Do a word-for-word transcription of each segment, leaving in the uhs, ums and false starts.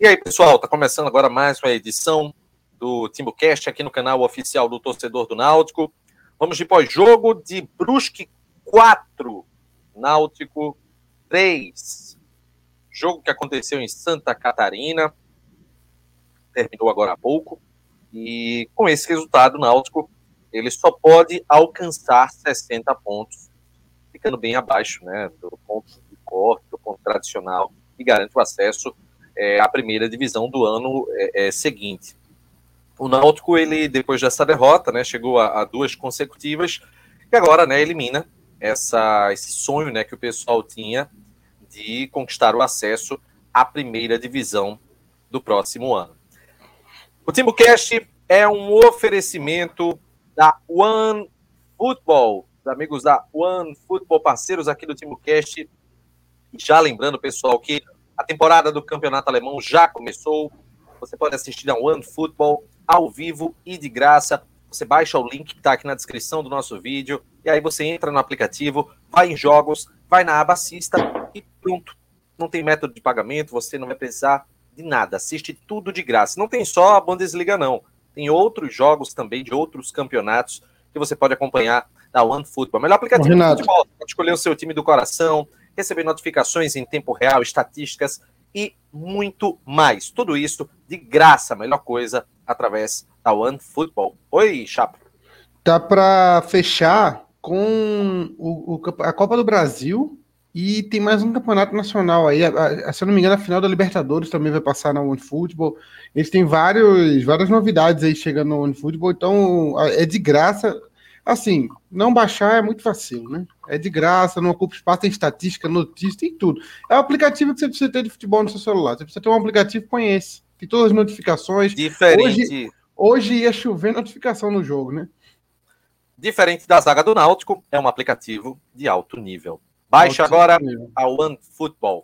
E aí, pessoal, tá começando agora mais uma edição do TimbuCast aqui no canal oficial do Torcedor do Náutico. Vamos de pós-jogo de Brusque quatro, Náutico três. Jogo que aconteceu em Santa Catarina, terminou agora há pouco, e com esse resultado, o Náutico ele só pode alcançar sessenta pontos, ficando bem abaixo, né, do ponto de corte, do ponto tradicional, que garante o acesso é, à primeira divisão do ano é, é, seguinte. O Náutico, ele, depois dessa derrota, né, chegou a, a duas consecutivas, e agora, né, elimina essa, esse sonho, né, que o pessoal tinha de conquistar o acesso à primeira divisão do próximo ano. O TimbuCast é um oferecimento da One Football, os amigos da One Football, parceiros aqui do TimbuCast. Já lembrando, pessoal, que a temporada do Campeonato Alemão já começou. Você pode assistir a One Football ao vivo e de graça. Você baixa o link que está aqui na descrição do nosso vídeo, e aí você entra no aplicativo, vai em jogos, vai na aba assista e pronto. Não tem método de pagamento, você não vai precisar de nada. Assiste tudo de graça. Não tem só a Bundesliga, não. Tem outros jogos também de outros campeonatos que você pode acompanhar na One Football. O melhor aplicativo de futebol. Você pode escolher o seu time do coração, receber notificações em tempo real, estatísticas e muito mais. Tudo isso de graça, a melhor coisa, através da One Football. Oi, Chapo. Tá para fechar com o, o, a Copa do Brasil e tem mais um campeonato nacional aí. A, a, se eu não me engano, a final da Libertadores também vai passar na One Football. Eles têm vários, várias novidades aí chegando no One Football, então é de graça. Assim, não baixar é muito vacilo, né? É de graça, não ocupa espaço, tem estatística, notícia, tem tudo. É o aplicativo que você precisa ter de futebol no seu celular. Você precisa ter um aplicativo, conhece. Tem todas as notificações. Diferente. Hoje, hoje ia chover notificação no jogo, né? Diferente da zaga do Náutico, é um aplicativo de alto nível. Baixe alto agora nível. A One Football.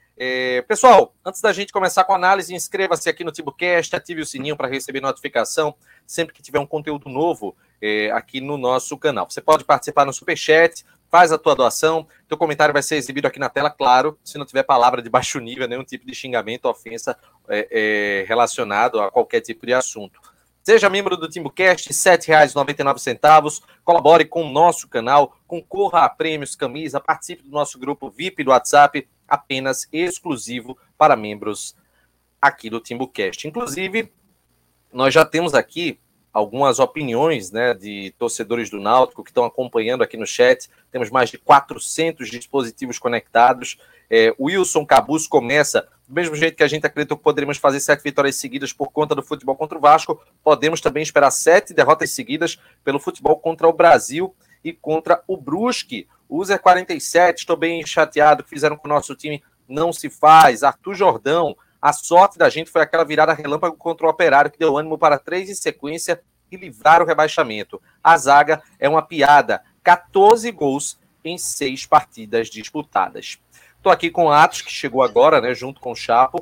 É, pessoal, antes da gente começar com a análise, inscreva-se aqui no TimbuCast, ative o sininho para receber notificação sempre que tiver um conteúdo novo é, aqui no nosso canal. Você pode participar no Superchat, faz a tua doação, teu comentário vai ser exibido aqui na tela, claro, se não tiver palavra de baixo nível, nenhum tipo de xingamento, ofensa é, é, relacionado a qualquer tipo de assunto. Seja membro do TimbuCast, sete reais e noventa e nove centavos, colabore com o nosso canal, concorra a prêmios, camisa, participe do nosso grupo V I P do WhatsApp, apenas exclusivo para membros aqui do TimbuCast. Inclusive, nós já temos aqui algumas opiniões, né, de torcedores do Náutico que estão acompanhando aqui no chat. Temos mais de quatrocentos dispositivos conectados. É, o Wilson Cabus começa, do mesmo jeito que a gente acreditou que poderíamos fazer sete vitórias seguidas por conta do futebol contra o Vasco, podemos também esperar sete derrotas seguidas pelo futebol contra o Brasil e contra o Brusque. User quarenta e sete, estou bem chateado que fizeram com o nosso time, não se faz. Arthur Jordão, a sorte da gente foi aquela virada relâmpago contra o Operário, que deu ânimo para três em sequência e livrar o rebaixamento. A zaga é uma piada, quatorze gols em seis partidas disputadas. Estou aqui com o Atos, que chegou agora, né, junto com o Chapo.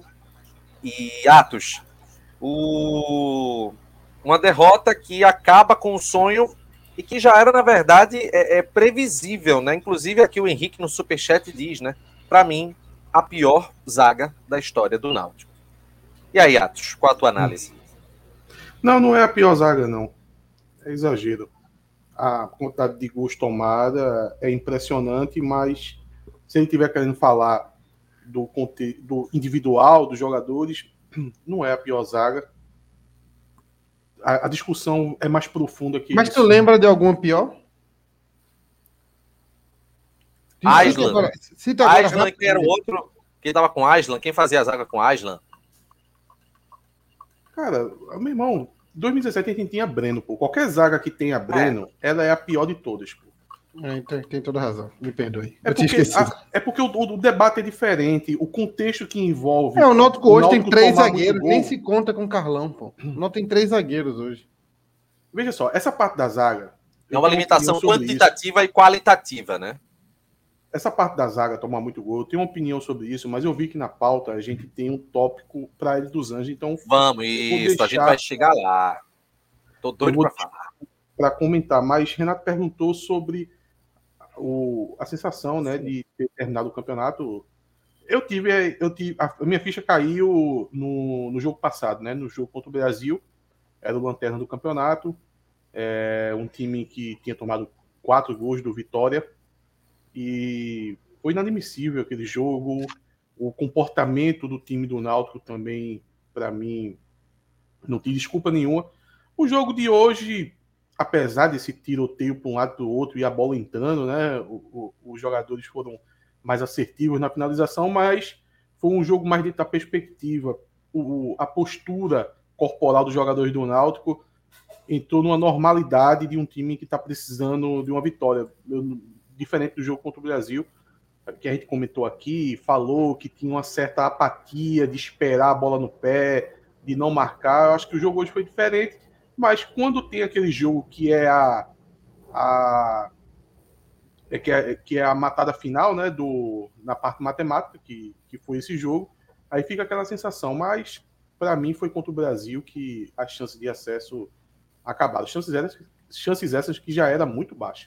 E, Atos, o... uma derrota que acaba com o sonho e que já era, na verdade, é, é previsível, né? Inclusive aqui o Henrique no Superchat diz, né? Para mim, a pior zaga da história do Náutico. E aí, Atos, qual a tua análise? Não, não é a pior zaga, não. É exagero. A quantidade de gols tomada é impressionante, mas se ele estiver querendo falar do, conte- do individual, dos jogadores, não é a pior zaga. A, a discussão é mais profunda que Mas isso. tu lembra de alguma pior? Aislan. Aislan, que era o outro que estava com Aislan. Quem fazia a zaga com Aislan? Cara, meu irmão, em dois mil e dezessete a gente tinha Breno, pô. Qualquer zaga que tenha Breno, é. ela é a pior de todas, pô. É, tem, tem toda razão, me perdoe. É eu porque, tinha esquecido. A, é porque o, o, o debate é diferente, o contexto que envolve. É, o Náutico hoje o Náutico tem três zagueiros, nem se conta com o Carlão, pô. O Náutico tem três zagueiros hoje. Veja só, essa parte da zaga. É uma limitação quantitativa isso. E qualitativa, né? Essa parte da zaga tomar muito gol, eu tenho uma opinião sobre isso, mas eu vi que na pauta a gente tem um tópico para ele dos Anjos, então. Vamos, isso, deixar... a gente vai chegar lá. Tô doido para falar. Para comentar, mas Renato perguntou sobre o, a sensação, né, de ter terminado o campeonato Eu tive, eu tive, a minha ficha caiu no, no jogo passado, né? No jogo contra o Brasil, era o lanterna do campeonato, é, um time que tinha tomado quatro gols do Vitória, e foi inadmissível aquele jogo. O comportamento do time do Náutico também, para mim, não tem desculpa nenhuma. O jogo de hoje, apesar desse tiroteio para um lado para o outro e a bola entrando, né? O, o, os jogadores foram mais assertivos na finalização, mas foi um jogo mais dentro da perspectiva. O, a postura corporal dos jogadores do Náutico entrou numa normalidade de um time que está precisando de uma vitória. Eu, diferente do jogo contra o Brasil, que a gente comentou aqui, falou que tinha uma certa apatia de esperar a bola no pé, de não marcar. Eu acho que o jogo hoje foi diferente, mas quando tem aquele jogo que é a... a É que, é, que é a matada final, né, do, na parte matemática, que, que foi esse jogo, aí fica aquela sensação, mas para mim foi contra o Brasil que as chances de acesso acabaram. Chances essas, chances essas que já era muito baixa.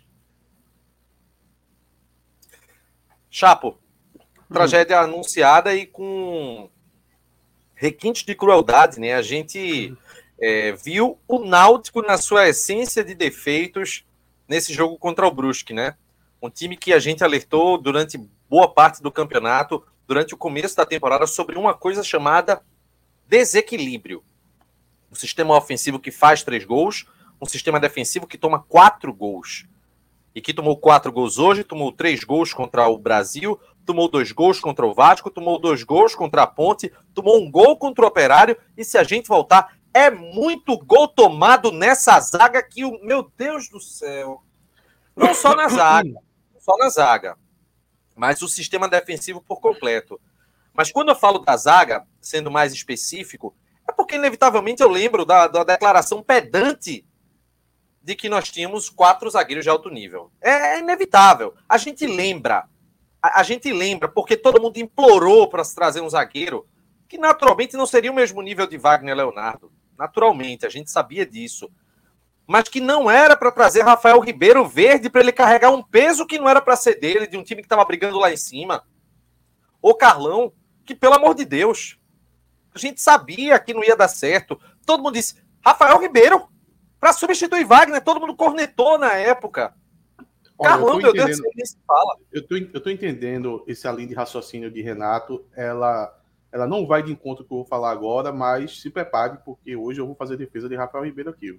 Chapo, tragédia hum. anunciada e com requintes de crueldade, né? A gente hum. é, viu o Náutico na sua essência de defeitos nesse jogo contra o Brusque, né? Um time que a gente alertou durante boa parte do campeonato, durante o começo da temporada, sobre uma coisa chamada desequilíbrio. Um sistema ofensivo que faz três gols, um sistema defensivo que toma quatro gols. E que tomou quatro gols hoje, tomou três gols contra o Brasil, tomou dois gols contra o Vasco, tomou dois gols contra a Ponte, tomou um gol contra o Operário, e se a gente voltar, é muito gol tomado nessa zaga que, o meu Deus do céu, não só na zaga, só na zaga, mas o sistema defensivo por completo. Mas quando eu falo da zaga, sendo mais específico, é porque inevitavelmente eu lembro da, da declaração pedante de que nós tínhamos quatro zagueiros de alto nível. É inevitável. A gente lembra, a, a gente lembra, porque todo mundo implorou para se trazer um zagueiro que naturalmente não seria o mesmo nível de Wagner Leonardo. Naturalmente, a gente sabia disso. Mas que não era para trazer Rafael Ribeiro Verde para ele carregar um peso que não era para ser dele, de um time que estava brigando lá em cima. O Carlão, que pelo amor de Deus, a gente sabia que não ia dar certo. Todo mundo disse, Rafael Ribeiro, para substituir Wagner, todo mundo cornetou na época. Olha, Carlão, meu Deus, nem se fala. Eu tô, eu tô entendendo esse além de raciocínio de Renato, ela, ela não vai de encontro com o que eu vou falar agora, mas se prepare, porque hoje eu vou fazer a defesa de Rafael Ribeiro aqui.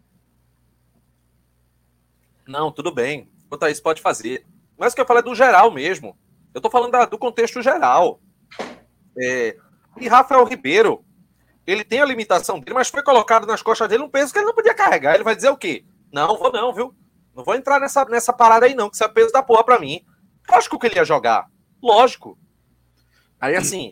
Não, tudo bem. Quanto a isso, pode fazer. Mas o que eu falo é do geral mesmo. Eu tô falando da, do contexto geral. É, e Rafael Ribeiro, ele tem a limitação dele, mas foi colocado nas costas dele um peso que ele não podia carregar. Ele vai dizer o quê? Não, vou não, viu? Não vou entrar nessa, nessa parada aí não, que isso é peso da porra pra mim. Lógico que ele ia jogar. Lógico. Aí, assim,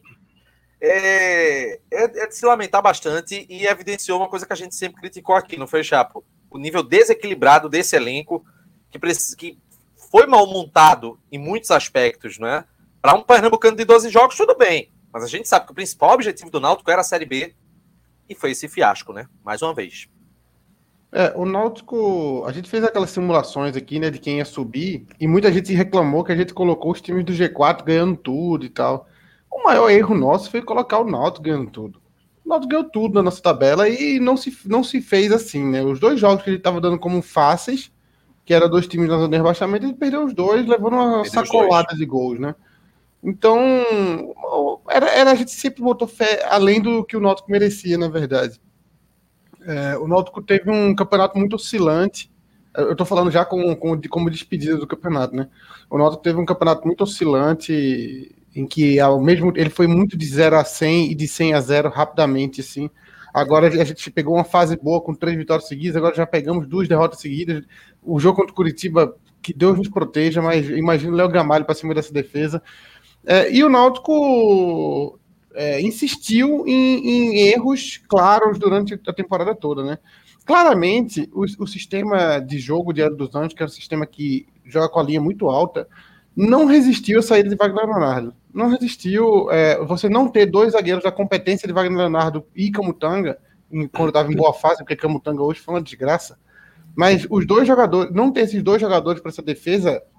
é, é, é de se lamentar bastante e evidenciou uma coisa que a gente sempre criticou aqui, não foi, Chapo? O nível desequilibrado desse elenco, que, que foi mal montado em muitos aspectos, né? Para um pernambucano de doze jogos, tudo bem. Mas a gente sabe que o principal objetivo do Náutico era a Série B. E foi esse fiasco, né? Mais uma vez. É, o Náutico... A gente fez aquelas simulações aqui, né? De quem ia subir. E muita gente reclamou que a gente colocou os times do G quatro ganhando tudo e tal. O maior erro nosso foi colocar o Náutico ganhando tudo. O Náutico ganhou tudo na nossa tabela e não se, não se fez assim, né? Os dois jogos que ele estava dando como fáceis, que eram dois times na zona de rebaixamento, ele perdeu os dois, levando uma perdeu sacolada de gols, né? Então, era, era, a gente sempre botou fé além do que o Náutico merecia, na verdade. É, o Náutico teve um campeonato muito oscilante. Eu tô falando já com, com, de, como despedida do campeonato, né? O Náutico teve um campeonato muito oscilante, em que ao mesmo ele foi muito de zero a cem e de cem a zero rapidamente, assim. Agora a gente pegou uma fase boa com três vitórias seguidas, agora já pegamos duas derrotas seguidas. O jogo contra o Curitiba, que Deus nos proteja, mas imagina o Léo Gamalho para cima dessa defesa. É, e o Náutico é, insistiu em, em erros claros durante a temporada toda, né? Claramente, o, o sistema de jogo de Hélio dos Anjos, que é um sistema que joga com a linha muito alta, não resistiu à saída de Wagner Leonardo. Não resistiu, é, você não ter dois zagueiros da competência de Wagner Leonardo e Camutanga, em, quando estava em boa fase, porque Camutanga hoje foi uma desgraça, mas os dois jogadores, não ter esses dois jogadores para essa defesa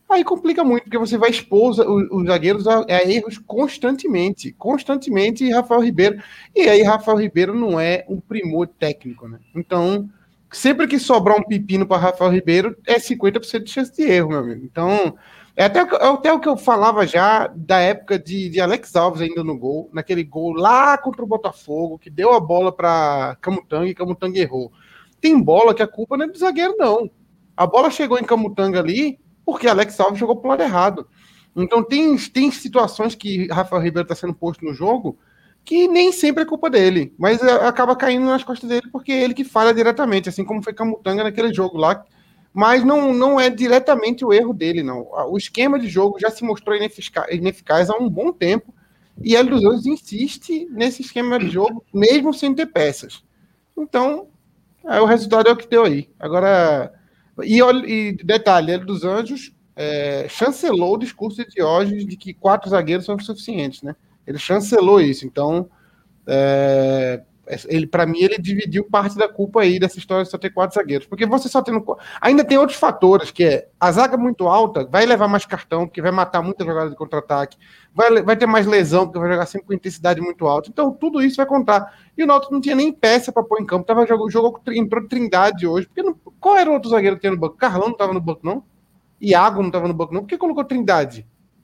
aí complica muito, porque você vai expor os, os zagueiros a, a erros constantemente, constantemente, e Rafael Ribeiro, e aí Rafael Ribeiro não é um primor técnico, né? Então, sempre que sobrar um pepino para Rafael Ribeiro, é cinquenta por cento de chance de erro, meu amigo. Então, é até, é até o que eu falava já da época de, de Alex Alves ainda no gol, naquele gol lá contra o Botafogo, que deu a bola para Camutanga e Camutanga errou. Tem bola que a culpa não é do zagueiro, não. A bola chegou em Camutanga ali porque Alex Alves jogou pro lado errado. Então tem, tem situações que Rafael Ribeiro está sendo posto no jogo que nem sempre é culpa dele, mas acaba caindo nas costas dele porque é ele que falha diretamente, assim como foi Camutanga naquele jogo lá. Mas não, não é diretamente o erro dele, não. O esquema de jogo já se mostrou ineficaz, ineficaz há um bom tempo e Hélio dos Anjos insiste nesse esquema de jogo, mesmo sem ter peças. Então, é, o resultado é o que deu aí. Agora... E, e detalhe, Hélio dos Anjos é, chancelou o discurso de Diógenes de que quatro zagueiros são suficientes, né? Ele chancelou isso. Então, é, ele, para mim, ele dividiu parte da culpa aí dessa história de só ter quatro zagueiros. Porque você só tendo... Ainda tem outros fatores, que é a zaga muito alta vai levar mais cartão, porque vai matar muita jogada de contra-ataque, vai, vai ter mais lesão, porque vai jogar sempre com intensidade muito alta. Então, tudo isso vai contar. E o Náutico não tinha nem peça para pôr em campo. Tava jogando, jogou, entrou Trindade hoje. Porque não, qual era o outro zagueiro que tinha no banco? Carlão não estava no banco, não? Iago não estava no banco, não? Por que colocou Trindade?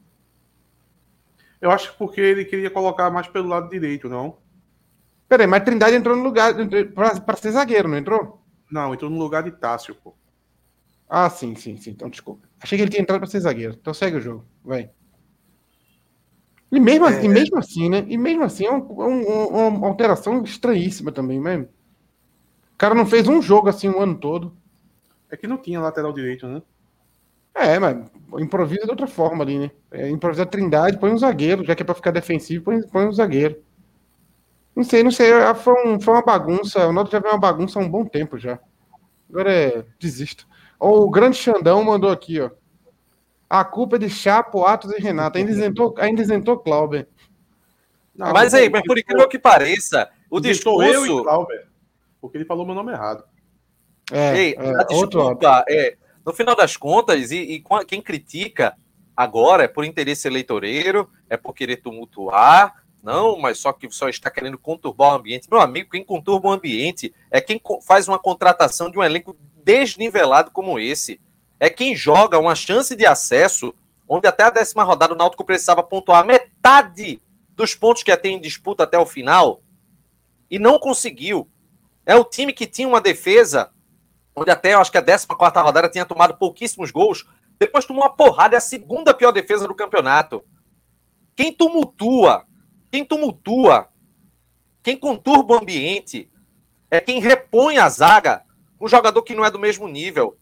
Eu acho que porque ele queria colocar mais pelo lado direito, não? Peraí, mas Trindade entrou no lugar para ser zagueiro, não entrou? Não, entrou no lugar de Tássio, pô. Ah, sim, sim, sim. Então, desculpa. Achei que ele tinha entrado para ser zagueiro. Então segue o jogo. Vai. E mesmo, é... e mesmo assim, né? E mesmo assim, é um, um, uma alteração estranhíssima também, mesmo. O cara não fez um jogo assim o ano todo. É que não tinha lateral direito, né? É, mas improvisa de outra forma ali, né? É, improvisa a Trindade, põe um zagueiro, já que é pra ficar defensivo, põe, põe um zagueiro. Não sei, não sei. Foi, um, foi uma bagunça. O Náutico já veio uma bagunça há um bom tempo já. Agora é. Desisto. Ó, o grande Xandão mandou aqui, ó. A culpa é de Chapo, Atos e Renato. Ainda isentou, ainda isentou Clauber. Não, mas aí, mas por incrível que pareça, o discurso... eu e Clauber, porque ele falou meu nome errado. É, Ei, é, a desculpa é, no final das contas, e, e quem critica agora é por interesse eleitoreiro, é por querer tumultuar, não, mas só que só está querendo conturbar o ambiente. Meu amigo, quem conturba o ambiente é quem faz uma contratação de um elenco desnivelado como esse. É quem joga uma chance de acesso, onde até a décima rodada o Náutico precisava pontuar metade dos pontos que tem em disputa até o final, e não conseguiu. É o time que tinha uma defesa, onde até, eu acho que a décima quarta rodada tinha tomado pouquíssimos gols, depois tomou uma porrada, é a segunda pior defesa do campeonato. Quem tumultua, quem tumultua, quem conturba o ambiente, é quem repõe a zaga com um jogador que não é do mesmo nível.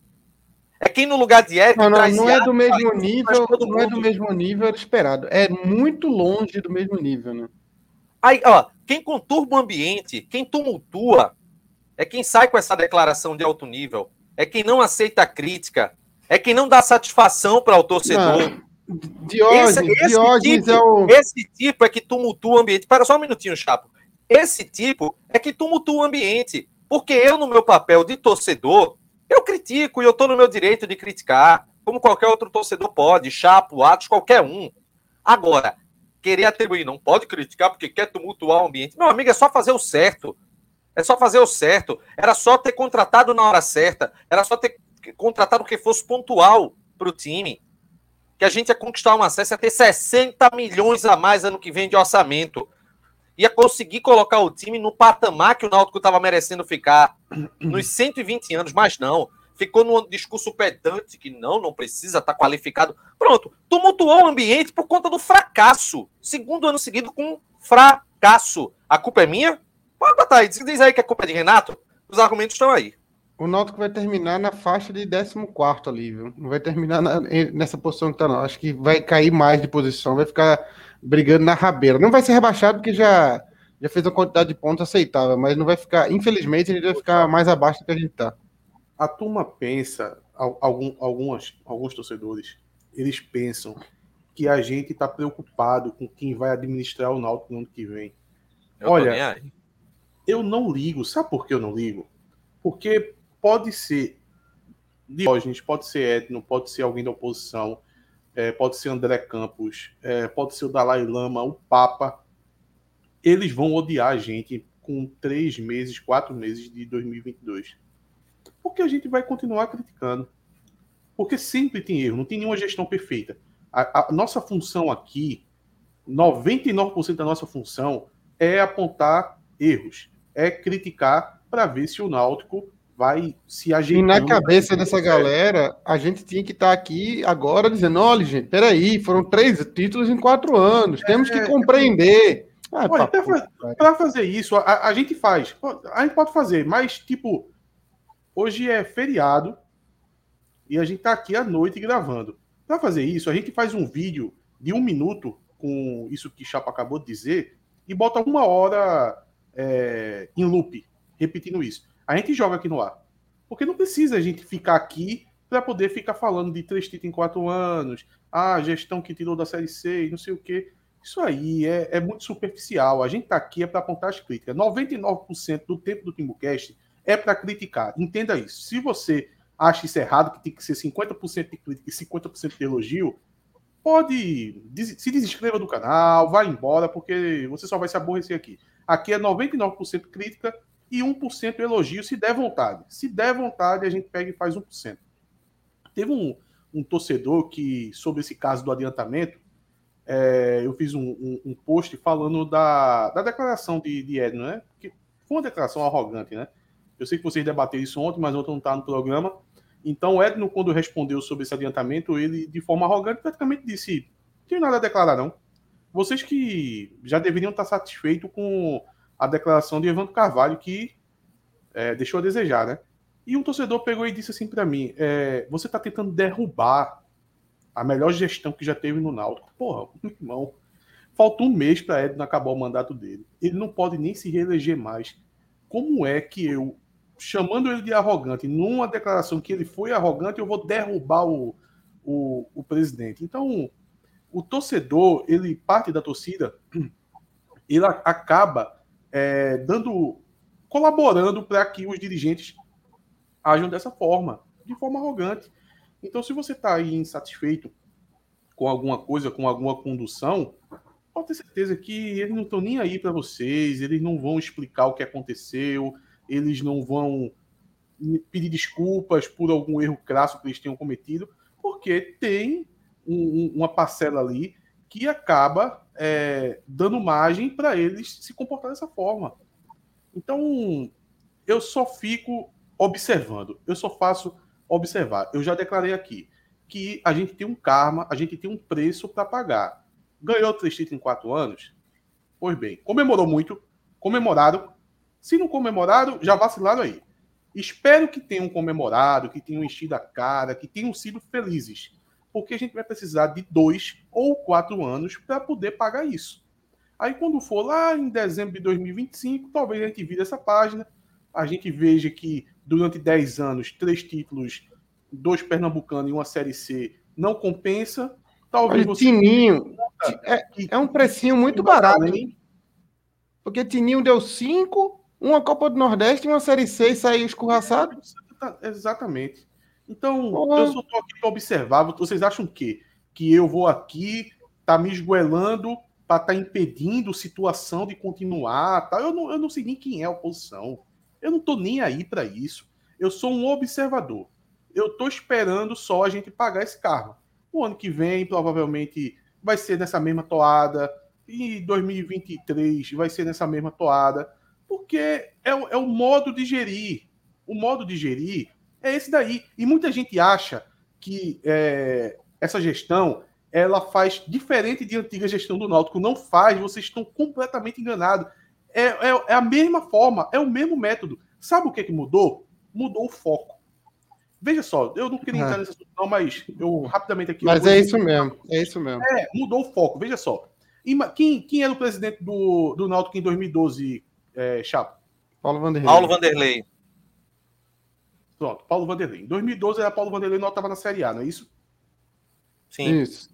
É quem no lugar de Eric não, não, traz não é do mesmo aí, nível, não mundo. é do mesmo nível era esperado. É muito longe do mesmo nível, né? Aí, ó, quem conturba o ambiente, quem tumultua, é quem sai com essa declaração de alto nível, é quem não aceita a crítica, é quem não dá satisfação para o torcedor. Diógenes, esse, esse, Diógenes tipo, é o... esse tipo é que tumultua o ambiente. Para só um minutinho, Chapo. Esse tipo é que tumultua o ambiente. Porque eu, no meu papel de torcedor, eu critico e eu estou no meu direito de criticar, como qualquer outro torcedor pode, Chapo, Atos, qualquer um. Agora, querer atribuir, não pode criticar porque quer tumultuar o ambiente. Meu amigo, é só fazer o certo. É só fazer o certo. Era só ter contratado na hora certa. Era só ter contratado o que fosse pontual para o time. Que a gente ia conquistar um acesso, ia ter sessenta milhões a mais ano que vem de orçamento. Ia conseguir colocar o time no patamar que o Náutico estava merecendo ficar nos cento e vinte anos, mas não. Ficou num discurso pedante que não, não precisa estar qualificado. Pronto, tumultuou o ambiente por conta do fracasso. Segundo ano seguido com fracasso. A culpa é minha? Pode botar aí, diz aí que a culpa é de Renato. Os argumentos estão aí. O Náutico vai terminar na faixa de décimo quarto ali, viu? Não vai terminar na, nessa posição que tá, não. Acho que vai cair mais de posição, vai ficar brigando na rabeira. Não vai ser rebaixado porque já, já fez uma quantidade de pontos aceitável, mas não vai ficar, infelizmente, ele vai ficar mais abaixo do que a gente tá. A turma pensa, algum, algumas, alguns torcedores, eles pensam que a gente tá preocupado com quem vai administrar o Náutico no ano que vem. Eu Olha, eu não ligo. Sabe por que eu não ligo? Porque pode ser Diógenes, pode ser Edno, pode ser alguém da oposição, é, pode ser André Campos, é, pode ser o Dalai Lama, o Papa, eles vão odiar a gente com três meses, quatro meses de dois mil e vinte e dois. Porque a gente vai continuar criticando. Porque sempre tem erro, não tem nenhuma gestão perfeita. A, a nossa função aqui, noventa e nove por cento da nossa função é apontar erros, é criticar para ver se o Náutico vai se ajeitando. E na cabeça dessa galera, a gente tinha que estar tá aqui agora dizendo, olha, gente, peraí, foram três títulos em quatro anos, é, temos que compreender. Ah, olha, para fazer isso, a, a gente faz. A gente pode fazer, mas, tipo, hoje é feriado e a gente tá aqui à noite gravando. Para fazer isso, a gente faz um vídeo de um minuto com isso que Chapa acabou de dizer e bota uma hora é, em loop, repetindo isso. A gente joga aqui no ar. Porque não precisa a gente ficar aqui para poder ficar falando de três títulos em quatro anos, a gestão que tirou da Série C e não sei o quê. Isso aí é, é muito superficial. A gente está aqui é para apontar as críticas. noventa e nove por cento do tempo do TimbuCast é para criticar. Entenda isso. Se você acha isso errado, que tem que ser cinquenta por cento de crítica e cinquenta por cento de elogio, pode se desinscreva do canal, vá embora, porque você só vai se aborrecer aqui. Aqui é noventa e nove por cento crítica e um por cento elogio, se der vontade. Se der vontade, a gente pega e faz um por cento. Teve um, um torcedor que, sobre esse caso do adiantamento, É, eu fiz um, um, um post falando da, da declaração de, de Edno, né? Porque foi uma declaração arrogante, né? Eu sei que vocês debateram isso ontem, mas ontem não está no programa. Então, o Edno, quando respondeu sobre esse adiantamento, ele, de forma arrogante, praticamente disse: não tem nada a declarar, não. Vocês que já deveriam estar satisfeitos com a declaração de Evandro Carvalho, que é, deixou a desejar, né? E um torcedor pegou e disse assim para mim: é, você está tentando derrubar a melhor gestão que já teve no Náutico. Porra, meu irmão. Falta um mês para Edno acabar o mandato dele. Ele não pode nem se reeleger mais. Como é que eu, chamando ele de arrogante, numa declaração que ele foi arrogante, eu vou derrubar o, o, o presidente? Então, o torcedor, ele, parte da torcida, ele acaba é, dando, colaborando para que os dirigentes ajam dessa forma, de forma arrogante. Então, se você está aí insatisfeito com alguma coisa, com alguma condução, pode ter certeza que eles não estão nem aí para vocês, eles não vão explicar o que aconteceu, eles não vão pedir desculpas por algum erro crasso que eles tenham cometido, porque tem um, uma parcela ali que acaba é, dando margem para eles se comportar dessa forma. Então, eu só fico observando, eu só faço observar. Eu já declarei aqui que a gente tem um karma, a gente tem um preço para pagar. Ganhou três títulos em quatro anos? Pois bem, comemorou muito, comemoraram. Se não comemoraram, já vacilaram aí. Espero que tenham comemorado, que tenham enchido a cara, que tenham sido felizes, porque a gente vai precisar de dois ou quatro anos para poder pagar isso. Aí quando for lá em dezembro de dois mil e vinte e cinco, talvez a gente vire essa página, a gente veja que durante dez anos, três títulos, dois pernambucanos e uma Série C não compensa. Talvez você... Tininho, é, é um precinho muito barato. Hein? Porque Tininho deu cinco, uma Copa do Nordeste e uma Série C e saiu escorraçado. É, exatamente. Então, oh. eu só estou aqui para observar. Vocês acham que que eu vou aqui, tá me esgoelando para estar tá impedindo a situação de continuar? Tá? Eu, não, eu não sei nem quem é a oposição. Eu não estou nem aí para isso. Eu sou um observador. Eu estou esperando só a gente pagar esse karma. O ano que vem, provavelmente, vai ser nessa mesma toada. E dois mil e vinte e três vai ser nessa mesma toada. Porque é o, é o modo de gerir. O modo de gerir é esse daí. E muita gente acha que é, essa gestão ela faz diferente de antiga gestão do Náutico. Não faz. Vocês estão completamente enganados. É, é, é a mesma forma, é o mesmo método. Sabe o que, que mudou? Mudou o foco. Veja só, eu não queria entrar ah. nesse assunto, não, mas eu rapidamente aqui... Mas é isso mesmo, é isso mesmo. É, mudou o foco, veja só. Quem, quem era o presidente do, do Náutico em dois mil e doze, é, Chapo? Paulo Vanderlei. Paulo Vanderlei. Pronto, Paulo Vanderlei. Em dois mil e doze era Paulo Vanderlei, o Náutico estava na Série A, não é isso? Sim. Isso.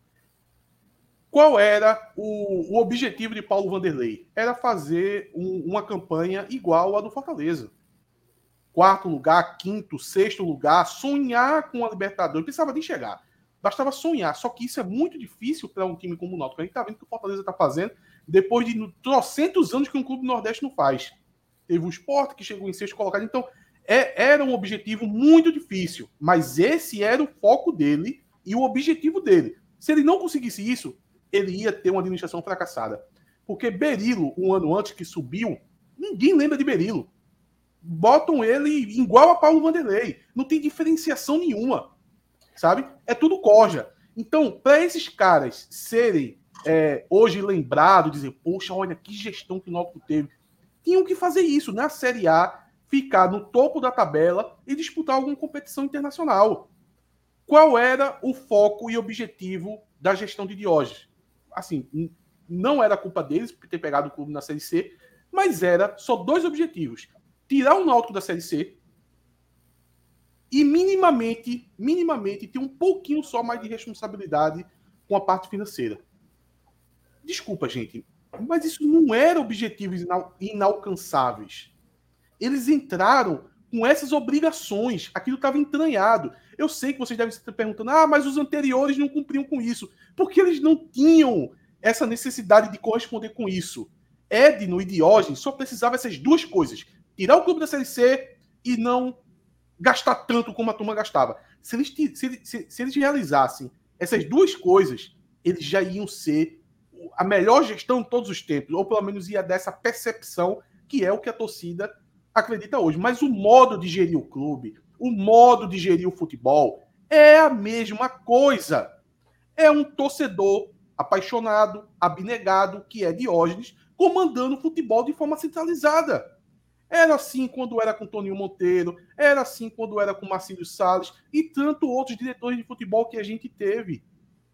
Qual era o, o objetivo de Paulo Vanderlei? Era fazer um, uma campanha igual à do Fortaleza. Quarto lugar, quinto, sexto lugar, sonhar com a Libertadores. Não precisava nem chegar. Bastava sonhar. Só que isso é muito difícil para um time como o Náutico. A gente está vendo o que o Fortaleza está fazendo depois de trocentos anos que um clube do Nordeste não faz. Teve o Sport, que chegou em sexto colocado. Então, é, era um objetivo muito difícil. Mas esse era o foco dele e o objetivo dele. Se ele não conseguisse isso, ele ia ter uma administração fracassada. Porque Berilo, um ano antes que subiu, ninguém lembra de Berilo. Botam ele igual a Paulo Vanderlei. Não tem diferenciação nenhuma. Sabe? É tudo corja. Então, para esses caras serem é, hoje lembrados, dizer, poxa, olha que gestão que o Náutico teve, tinham que fazer isso na Série A, ficar no topo da tabela e disputar alguma competição internacional. Qual era o foco e objetivo da gestão de Diógenes? Assim, não era culpa deles por ter pegado o clube na Série C, mas era só dois objetivos. Tirar o Náutico da Série C e minimamente, minimamente ter um pouquinho só mais de responsabilidade com a parte financeira. Desculpa, gente, mas isso não era objetivos inal- inalcançáveis. Eles entraram com essas obrigações. Aquilo estava entranhado. Eu sei que vocês devem estar perguntando, ah, mas os anteriores não cumpriam com isso. Porque eles não tinham essa necessidade de corresponder com isso. Edno e Diógenes só precisavam essas duas coisas. Tirar o clube da Série C e não gastar tanto como a turma gastava. Se eles, se, se, se eles realizassem essas duas coisas, eles já iam ser a melhor gestão de todos os tempos. Ou pelo menos ia dessa percepção que é o que a torcida acredita hoje. Mas o modo de gerir o clube, o modo de gerir o futebol é a mesma coisa. É um torcedor apaixonado, abnegado, que é Diógenes, comandando o futebol de forma centralizada. Era assim quando era com Toninho Monteiro, era assim quando era com Marcílio Salles e tanto outros diretores de futebol que a gente teve.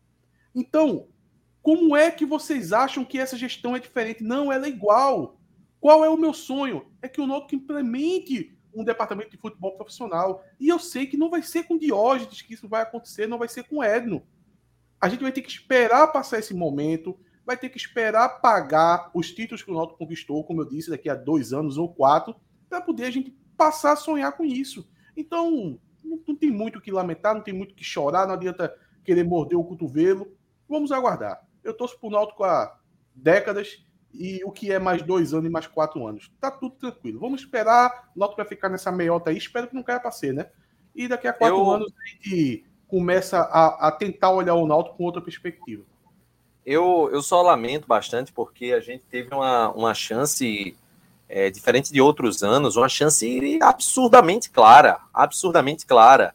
Então, como é que vocês acham que essa gestão é diferente? Não, ela é igual. Qual é o meu sonho? É que o Náutico implemente um departamento de futebol profissional. E eu sei que não vai ser com Diógenes que isso vai acontecer, não vai ser com Edno. A gente vai ter que esperar passar esse momento, vai ter que esperar pagar os títulos que o Náutico conquistou, como eu disse, daqui a dois anos ou quatro, para poder a gente passar a sonhar com isso. Então, não, não tem muito o que lamentar, não tem muito o que chorar, não adianta querer morder o cotovelo. Vamos aguardar. Eu torço pro Náutico há décadas e o que é mais dois anos e mais quatro anos. Tá tudo tranquilo. Vamos esperar, o Náutico vai ficar nessa meiota aí, espero que não caia para ser, né? E daqui a quatro eu... anos a gente começa a, a tentar olhar o Náutico com outra perspectiva. Eu, eu só lamento bastante porque a gente teve uma, uma chance, é, diferente de outros anos, uma chance absurdamente clara, absurdamente clara.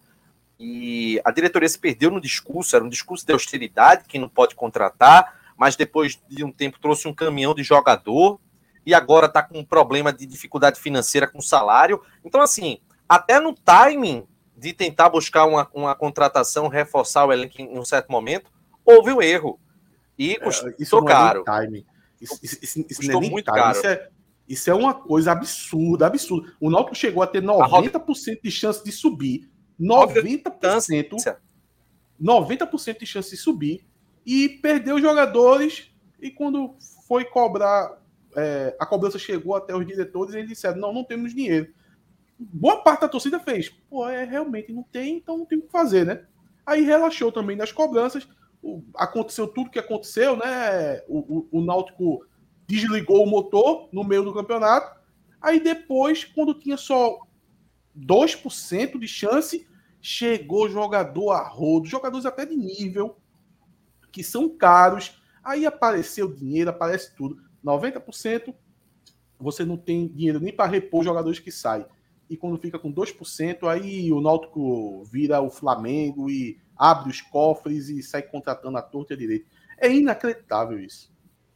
E a diretoria se perdeu no discurso, era um discurso de austeridade, que não pode contratar, mas depois de um tempo trouxe um caminhão de jogador e agora está com um problema de dificuldade financeira com salário. Então, assim, até no timing de tentar buscar uma, uma contratação, reforçar o elenco em um certo momento, houve um erro. E custou é, isso caro. É timing. Isso, isso, isso, isso custou não é muito timing. caro. Isso é, isso é uma coisa absurda, absurda. O Náutico chegou a ter noventa por cento de chance de subir. noventa por cento, noventa por cento de chance de subir e perdeu os jogadores. E quando foi cobrar, é, a cobrança chegou até os diretores e eles disseram: não, não temos dinheiro. Boa parte da torcida fez. Pô, é, realmente não tem, então não tem o que fazer, né? Aí relaxou também nas cobranças. O, aconteceu tudo que aconteceu, né? O, o, o Náutico desligou o motor no meio do campeonato. Aí depois, quando tinha só dois por cento de chance, chegou jogador a rodo, jogadores até de nível, que são caros, aí apareceu dinheiro, aparece tudo. noventa por cento você não tem dinheiro nem para repor os jogadores que saem. E quando fica com dois por cento, aí o Náutico vira o Flamengo e abre os cofres e sai contratando a torta e a direita. É inacreditável isso.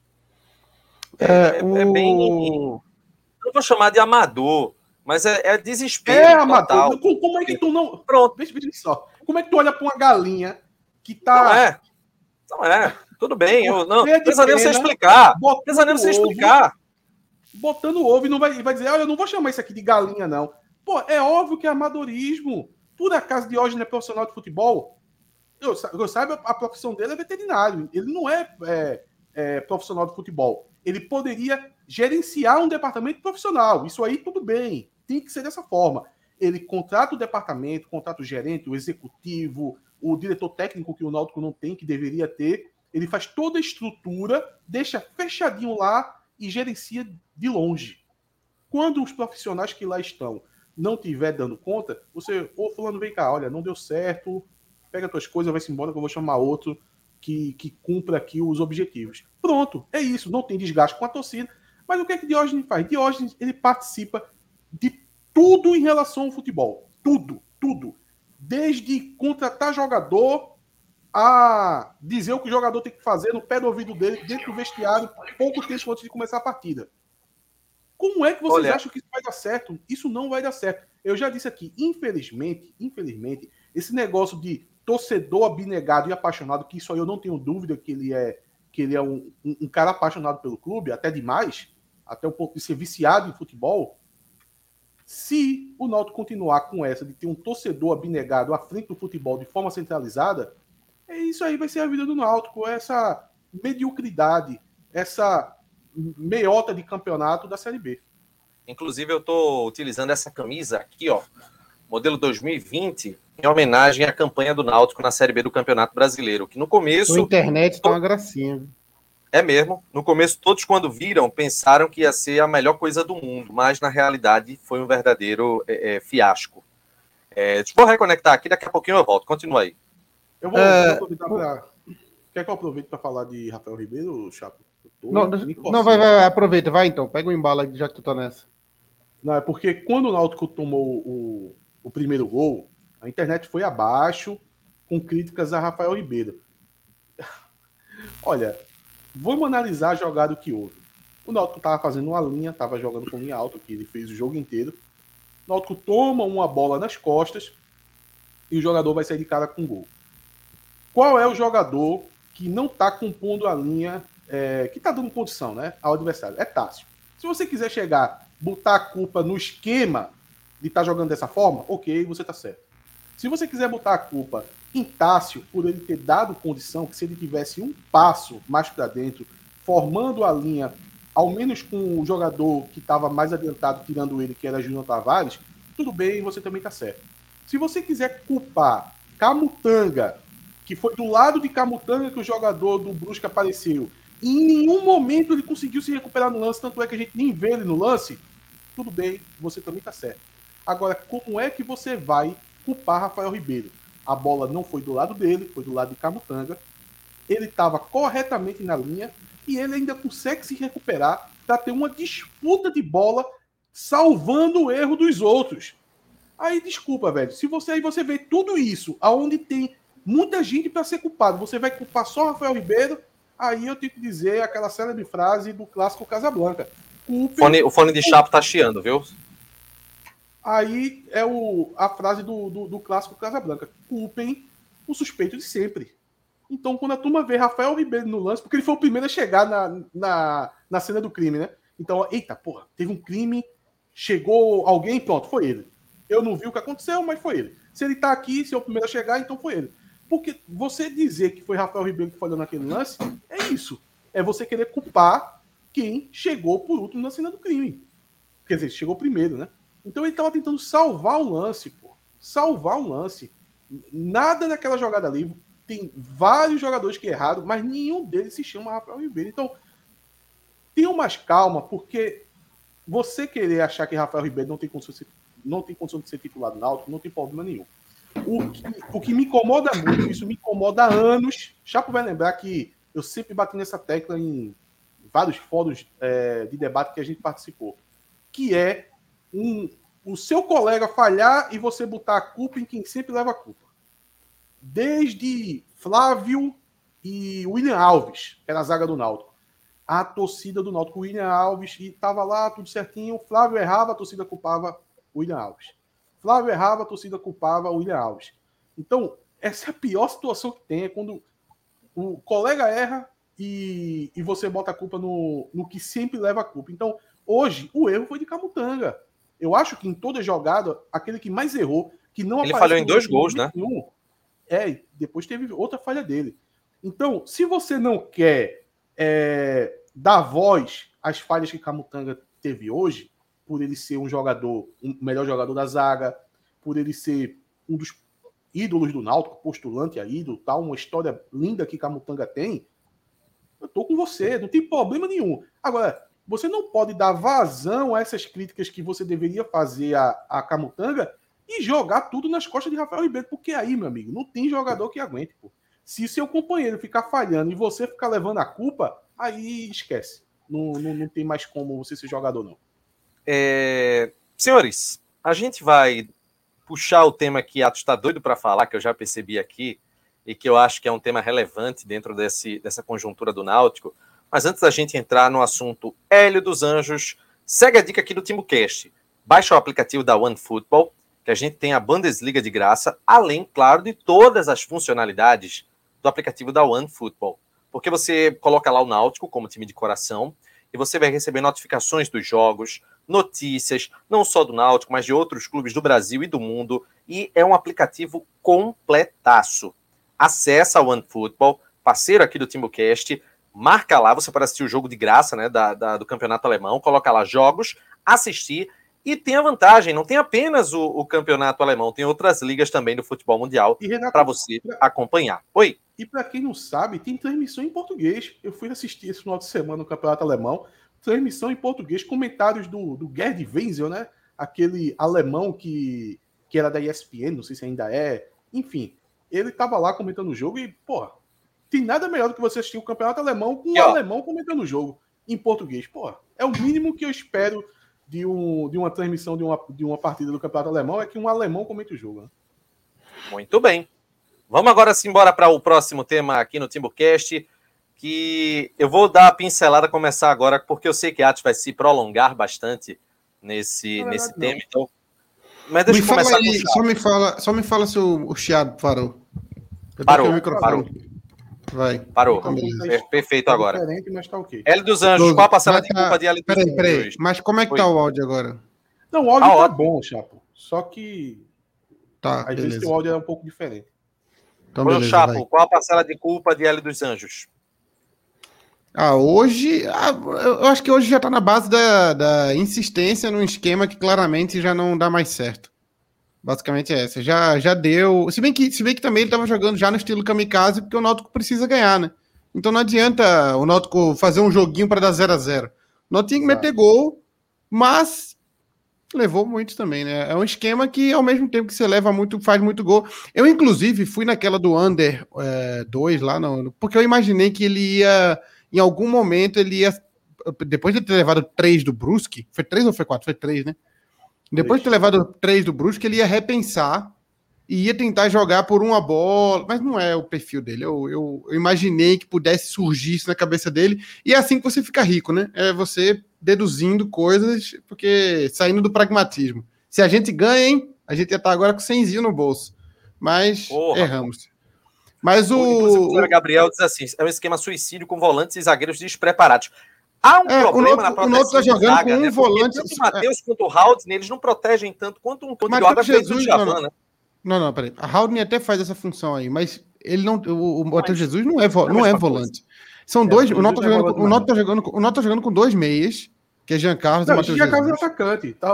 É, é, o... é bem... Eu vou chamar de amador, mas é, é desespero. É, amador. Como, como é que tu não... Pronto, veja, veja só. Como é que tu olha para uma galinha que tá... Não é. Não é. Tudo bem. Eu não precisa nem você explicar. Precisa nem você explicar. Botando ovo e não vai, vai dizer, ah, eu não vou chamar isso aqui de galinha, não. Pô, é óbvio que é amadorismo. Por acaso Diógenes é profissional de futebol? Eu, eu saiba, a profissão dele é veterinário. Ele não é, é, é profissional de futebol. Ele poderia gerenciar um departamento profissional. Isso aí, tudo bem. Tem que ser dessa forma. ele contrata o departamento, contrata o gerente, o executivo, o diretor técnico que o Náutico não tem, que deveria ter. Ele faz toda a estrutura, deixa fechadinho lá e gerencia de longe. Quando os profissionais que lá estão não estiver dando conta, você, ô fulano, vem cá, olha, não deu certo, pega tuas coisas, vai-se embora que eu vou chamar outro que, que cumpra aqui os objetivos. Pronto, é isso, não tem desgaste com a torcida. Mas o que é que Diógenes faz? Diógenes, ele participa de tudo em relação ao futebol. Tudo, tudo. Desde contratar jogador a dizer o que o jogador tem que fazer no pé do ouvido dele, dentro do vestiário, pouco tempo antes de começar a partida. Como é que vocês Olha... acham que isso vai dar certo? Isso não vai dar certo. Eu já disse aqui, infelizmente, infelizmente, esse negócio de torcedor abnegado e apaixonado, que isso aí eu não tenho dúvida que ele é, que ele é um, um, um cara apaixonado pelo clube, até demais, até o ponto de ser viciado em futebol. Se o Náutico continuar com essa de ter um torcedor abnegado à frente do futebol de forma centralizada, é isso aí vai ser a vida do Náutico, essa mediocridade, essa meiota de campeonato da Série B. Inclusive, eu estou utilizando essa camisa aqui, ó, modelo dois mil e vinte, em homenagem à campanha do Náutico na Série B do Campeonato Brasileiro, que no começo... A internet está uma gracinha. É mesmo. No começo, todos quando viram, pensaram que ia ser a melhor coisa do mundo, mas na realidade foi um verdadeiro é, é, fiasco. É, deixa eu reconectar aqui, daqui a pouquinho eu volto. Continua aí. Eu vou, é... vou aproveitar para... Quer que eu aproveite para falar de Rafael Ribeiro, Chapo? Não, não vai, vai, aproveita, vai então. Pega o embalo aí, já que tu tá nessa. Não, é porque quando o Náutico tomou o, o primeiro gol, a internet foi abaixo com críticas a Rafael Ribeiro. Olha, vamos analisar a jogada que houve. O Náutico estava fazendo uma linha, estava jogando com linha alta, que ele fez o jogo inteiro. O Náutico toma uma bola nas costas e o jogador vai sair de cara com gol. Qual é o jogador que não está compondo a linha, é, que está dando condição, né, ao adversário? É Tássio. Se você quiser chegar, botar a culpa no esquema de estar tá jogando dessa forma, ok, você está certo. Se você quiser botar a culpa em Tássio por ele ter dado condição, que se ele tivesse um passo mais para dentro, formando a linha, ao menos com o jogador que estava mais adiantado, tirando ele, que era Júnior Tavares, tudo bem, você também está certo. Se você quiser culpar Camutanga, que foi do lado de Camutanga que o jogador do Brusque apareceu, e em nenhum momento ele conseguiu se recuperar no lance, tanto é que a gente nem vê ele no lance, tudo bem, você também está certo. Agora, como é que você vai culpar Rafael Ribeiro? A bola não foi do lado dele, foi do lado de Camutanga. Ele estava corretamente na linha e ele ainda consegue se recuperar para ter uma disputa de bola salvando o erro dos outros. Aí, desculpa, velho. Se você aí você vê tudo isso, aonde tem muita gente para ser culpado, você vai culpar só Rafael Ribeiro, aí eu tenho que dizer aquela célebre frase do clássico Casablanca. Culpem, fone, o fone de chapo tá chiando, viu? Aí é o, a frase do, do, do clássico Casablanca. Culpem o suspeito de sempre. Então, quando a turma vê Rafael Ribeiro no lance, porque ele foi o primeiro a chegar na, na, na cena do crime, né? Então, eita, porra, teve um crime, chegou alguém, pronto, foi ele. Eu não vi o que aconteceu, mas foi ele. Se ele tá aqui, se é o primeiro a chegar, então foi ele. Porque você dizer que foi Rafael Ribeiro que falhou naquele lance, é isso. É você querer culpar quem chegou por último na cena do crime. Quer dizer, chegou primeiro, né? Então ele estava tentando salvar o lance, pô. Salvar o lance. Nada daquela jogada ali. Tem vários jogadores que erraram, mas nenhum deles se chama Rafael Ribeiro. Então, tenham mais calma, porque você querer achar que Rafael Ribeiro não tem condição de ser, não tem condição de ser titular do Náutico, não tem problema nenhum. O que, o que me incomoda muito, isso me incomoda há anos. Chapo vai lembrar que eu sempre bati nessa tecla em vários fóruns é, de debate que a gente participou, que é um, o seu colega falhar e você botar a culpa em quem sempre leva a culpa. Desde Flávio e William Alves, que era a zaga do Náutico. A torcida do Náutico, William Alves, e estava lá tudo certinho. Flávio errava, a torcida culpava William Alves. Flávio errava, a torcida culpava William Alves. Então, essa é a pior situação que tem, é quando o colega erra e, e você bota a culpa no, no que sempre leva a culpa. Então, hoje, o erro foi de Camutanga. Eu acho que em toda jogada, aquele que mais errou, que não Ele falhou em dois gols, né? Nenhum, é, depois teve outra falha dele. Então, se você não quer é, dar voz às falhas que Camutanga teve hoje, por ele ser um jogador, um melhor jogador da zaga, por ele ser um dos ídolos do Náutico, postulante a ídolo, tal, uma história linda que Camutanga tem, eu tô com você, não tem problema nenhum. Agora, você não pode dar vazão a essas críticas que você deveria fazer a, a Camutanga e jogar tudo nas costas de Rafael Ribeiro, porque aí, meu amigo, não tem jogador que aguente, pô. Se seu companheiro ficar falhando e você ficar levando a culpa, aí esquece. Não, não, não tem mais como você ser jogador, não. É... Senhores, a gente vai puxar o tema que Atos está doido para falar, que eu já percebi aqui, e que eu acho que é um tema relevante dentro desse, dessa conjuntura do Náutico. Mas antes da gente entrar no assunto Hélio dos Anjos, segue a dica aqui do TimbuCast. Baixa o aplicativo da OneFootball, que a gente tem a Bundesliga de graça, além, claro, de todas as funcionalidades do aplicativo da OneFootball. Porque você coloca lá o Náutico como time de coração e você vai receber notificações dos jogos, notícias, não só do Náutico, mas de outros clubes do Brasil e do mundo. E é um aplicativo completaço. Acesse a OneFootball, parceiro aqui do TimbuCast, marca lá, você pode assistir o jogo de graça, né, da, da, do campeonato alemão, coloca lá jogos, assistir. E tem a vantagem, não tem apenas o, o campeonato alemão, tem outras ligas também do futebol mundial para você pra... acompanhar. Oi? E para quem não sabe, tem transmissão em português. Eu fui assistir esse final de semana no campeonato alemão, transmissão em português, comentários do, do Gerd Wenzel, né? Aquele alemão que, que era da E S P N, não sei se ainda é. Enfim, ele estava lá comentando o jogo e, porra, tem nada melhor do que você assistir o campeonato alemão com um e, alemão comentando o jogo em português. Porra, é o mínimo que eu espero de, um, de uma transmissão de uma, de uma partida do campeonato alemão, é que um alemão comente o jogo. Né? Muito bem. Vamos agora sim embora para o próximo tema aqui no TimbuCast, que eu vou dar a pincelada, começar agora, porque eu sei que a Atos vai se prolongar bastante nesse, não, nesse não, tema. não. Então, mas deixa me eu começar aí, com o só me fala, Só me fala se o, o chiado parou. Eu parou, o parou. Vai. Parou. Então, é, perfeito tá agora. Mas tá okay. Hélio dos Anjos, qual a parcela de tá... culpa de Hélio dos Anjos? Peraí, peraí. Mas como é que Oi. tá o áudio agora? Não, o áudio ah, tá ótimo. bom, Chapo. Só que tá, às beleza. vezes o áudio é um pouco diferente. Então, beleza, Chapo, vai. Qual a parcela de culpa de Hélio dos Anjos? Ah, hoje, ah, eu acho que hoje já tá na base da, da insistência num esquema que claramente já não dá mais certo. Basicamente é essa. Já, já deu. Se bem, que, se bem que também ele tava jogando já no estilo kamikaze, porque o Náutico precisa ganhar, né? Então não adianta o Náutico fazer um joguinho para dar zero a zero. O Náutico tem que meter gol, mas levou muito também, né? É um esquema que, ao mesmo tempo que você leva muito, faz muito gol. Eu, inclusive, fui naquela do Under dois é, lá, não, porque eu imaginei que ele ia, em algum momento, ele ia, depois de ter levado três do Brusque, foi três ou foi quatro? Foi três, né? Depois de ter levado três do Brusque, ele ia repensar e ia tentar jogar por uma bola, mas não é o perfil dele. Eu, eu, eu imaginei que pudesse surgir isso na cabeça dele, e é assim que você fica rico, né? É você deduzindo coisas, porque saindo do pragmatismo. Se a gente ganha, hein? A gente ia estar agora com cenzinho no bolso. Mas Porra. erramos. Mas o... o Gabriel diz assim, é um esquema suicídio com volantes e zagueiros despreparados. Há um é, problema Noto, na proteção. O Náutico tá jogando zaga, com um né? volante. Tanto o Matheus é. quanto o Haldane, eles não protegem tanto quanto um Conde Guarda fez o Javan, né? Não, não, peraí. A Haldane até faz essa função aí, mas ele não, o, o Matheus Jesus não é, vo, não é volante. São é, dois. O Náutico tá jogando, o Náutico tá jogando, o Náutico tá jogando com dois meias, que é Jean Carlos e Matheus Jesus. Jean Carlos é atacante, tá?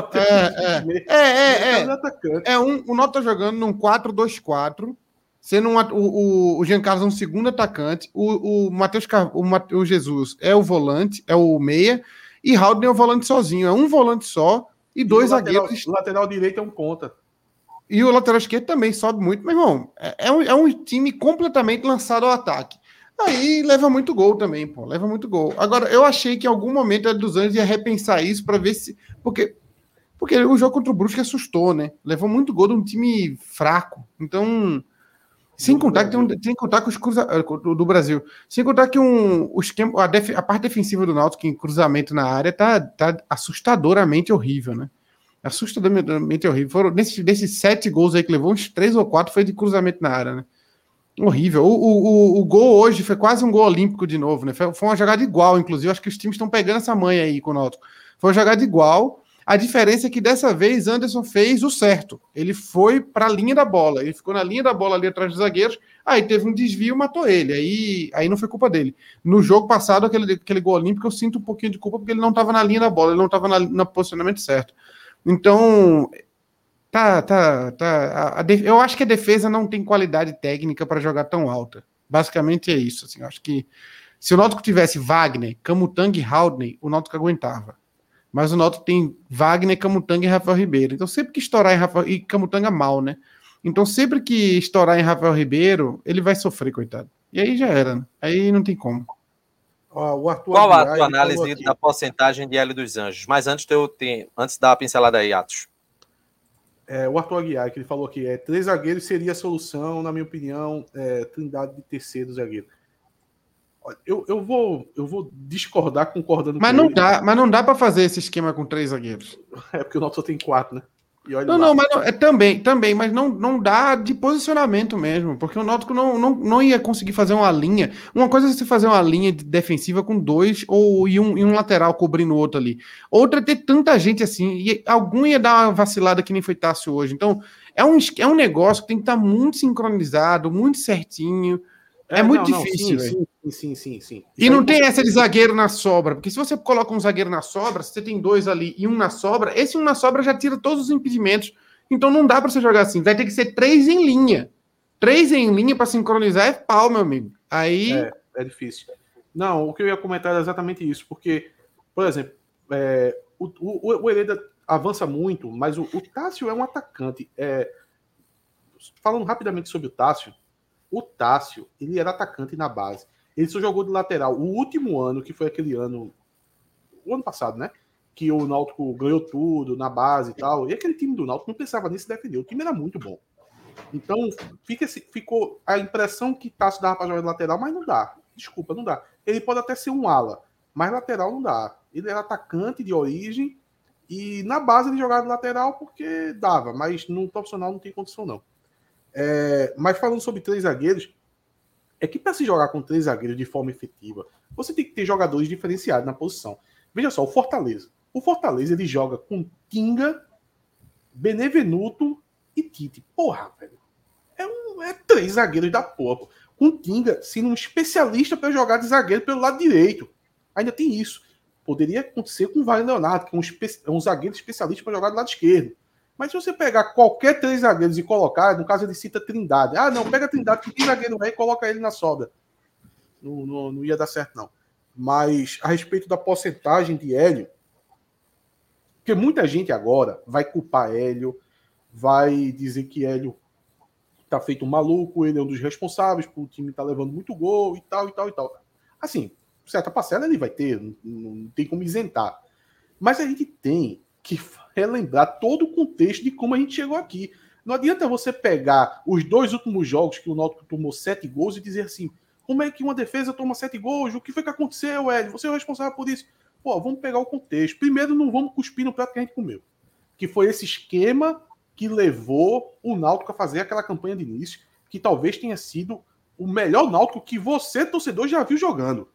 É, é, é, é, é, é um, o Náutico tá jogando num quatro dois quatro. Sendo um, o, o Jean Carlos é um segundo atacante, o, o Matheus o Matheus Jesus é o volante, é o meia, e Haldane é o volante sozinho. É um volante só e dois e o lateral, zagueiros. O lateral direito é um ponta. E o lateral esquerdo também sobe muito. Mas, irmão, é, é, um, é um time completamente lançado ao ataque. Aí leva muito gol também, pô. Leva muito gol. Agora, eu achei que em algum momento o Hélio dos Anjos ia repensar isso para ver se... Porque, porque o jogo contra o Brusque assustou, né? Levou muito gol de um time fraco. Então... Sem contar, que tem um, sem contar que os cruza, do Brasil. Sem contar que um, o esquema, a, def, a parte defensiva do Náutico em cruzamento na área tá, tá assustadoramente horrível, né? Assustadoramente horrível. Foram, nesses, desses sete gols aí que levou, uns três ou quatro foi de cruzamento na área, né? Horrível. O, o, o, o gol hoje foi quase um gol olímpico de novo, né? Foi, foi uma jogada igual, inclusive. Acho que os times estão pegando essa manha aí com o Náutico. Foi uma jogada igual. A diferença é que dessa vez Anderson fez o certo. Ele foi para a linha da bola. Ele ficou na linha da bola ali atrás dos zagueiros. Aí teve um desvio, matou ele. Aí, aí não foi culpa dele. No jogo passado, aquele, aquele gol olímpico, eu sinto um pouquinho de culpa porque ele não estava na linha da bola. Ele não estava no posicionamento certo. Então, tá, tá, tá. A, a def... Eu acho que a defesa não tem qualidade técnica para jogar tão alta. Basicamente é isso. Assim, eu acho que se o Náutico tivesse Wagner, Camutanga e Haldney, o Náutico aguentava. Mas o Náutico tem Wagner, Camutanga e Rafael Ribeiro. Então sempre que estourar em Rafael... E Camutanga mal, né? Então sempre que estourar em Rafael Ribeiro, ele vai sofrer, coitado. E aí já era, né? Aí não tem como. Ó, Qual a tua análise da porcentagem de Hélio dos Anjos? Mas antes, eu tenho... antes da pincelada aí, Atos. É, o Arthur Aguiar, que ele falou aqui, é, três zagueiros seria a solução, na minha opinião, é, Trindade de terceiro zagueiro. Eu, eu, vou, eu vou discordar concordando mas com não ele. Dá, mas não dá para fazer esse esquema com três zagueiros. É porque o Náutico só tem quatro, né? E olha não, lá. não, mas não, é também, também, mas não, não dá de posicionamento mesmo, porque o Náutico não, não, não ia conseguir fazer uma linha. Uma coisa é você fazer uma linha defensiva com dois ou e um, e um lateral cobrindo o outro ali. Outra é ter tanta gente assim, e algum ia dar uma vacilada que nem foi Tássio hoje. Então, é um, é um negócio que tem que estar muito sincronizado, muito certinho. É, é muito não, difícil, não, sim, sim, sim, sim, sim. E não tem essa de zagueiro na sobra, porque se você coloca um zagueiro na sobra, se você tem dois ali e um na sobra, esse um na sobra já tira todos os impedimentos. Então não dá para você jogar assim. Vai ter que ser três em linha. Três em linha para sincronizar é pau, meu amigo. Aí é, é difícil. Não, o que eu ia comentar era exatamente isso, porque, por exemplo, é, o, o, o Hereda avança muito, mas o, o Tássio é um atacante. É, falando rapidamente sobre o Tássio, o Tássio, ele era atacante na base. Ele só jogou de lateral. O último ano, que foi aquele ano, o ano passado, né? Que o Náutico ganhou tudo na base e tal. E aquele time do Náutico não pensava nisso defender. O time era muito bom. Então, fica, ficou a impressão que Tássio dava para jogar de lateral, mas não dá. Desculpa, não dá. Ele pode até ser um ala, mas lateral não dá. Ele era atacante de origem e na base ele jogava de lateral porque dava, mas no profissional não tem condição, não. É, mas falando sobre três zagueiros, é que para se jogar com três zagueiros de forma efetiva, você tem que ter jogadores diferenciados na posição. Veja só, o Fortaleza. O Fortaleza ele joga com Tinga, Benevenuto e Tite. Porra, velho. É, um, é três zagueiros da porra. Pô. Com Tinga sendo um especialista para jogar de zagueiro pelo lado direito. Ainda tem isso. Poderia acontecer com o Wagner Leonardo, que é um, espe- é um zagueiro especialista para jogar do lado esquerdo. Mas se você pegar qualquer três zagueiros e colocar, no caso ele cita Trindade. Ah, não, pega a Trindade, que tem zagueiro aí e coloca ele na sobra. Não, não, não ia dar certo, não. Mas a respeito da porcentagem de Hélio, porque muita gente agora vai culpar Hélio, vai dizer que Hélio tá feito um maluco, ele é um dos responsáveis, porque o time tá levando muito gol e tal, e tal, e tal. Assim, certa parcela ele vai ter, não, não tem como isentar. Mas a gente tem que relembrar todo o contexto de como a gente chegou aqui. Não adianta você pegar os dois últimos jogos que o Náutico tomou sete gols e dizer assim, como é que uma defesa toma sete gols? O que foi que aconteceu, Hélio? Você é o responsável por isso. Pô, vamos pegar o contexto. Primeiro, não vamos cuspir no prato que a gente comeu. Que foi esse esquema que levou o Náutico a fazer aquela campanha de início, que talvez tenha sido o melhor Náutico que você, torcedor, já viu jogando.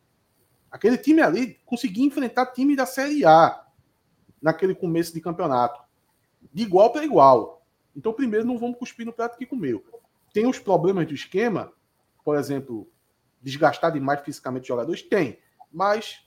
Aquele time ali conseguia enfrentar time da Série A naquele começo de campeonato. De igual para igual. Então, primeiro, não vamos cuspir no prato que comeu. Tem os problemas do esquema, por exemplo, desgastar demais fisicamente os jogadores? Tem. Mas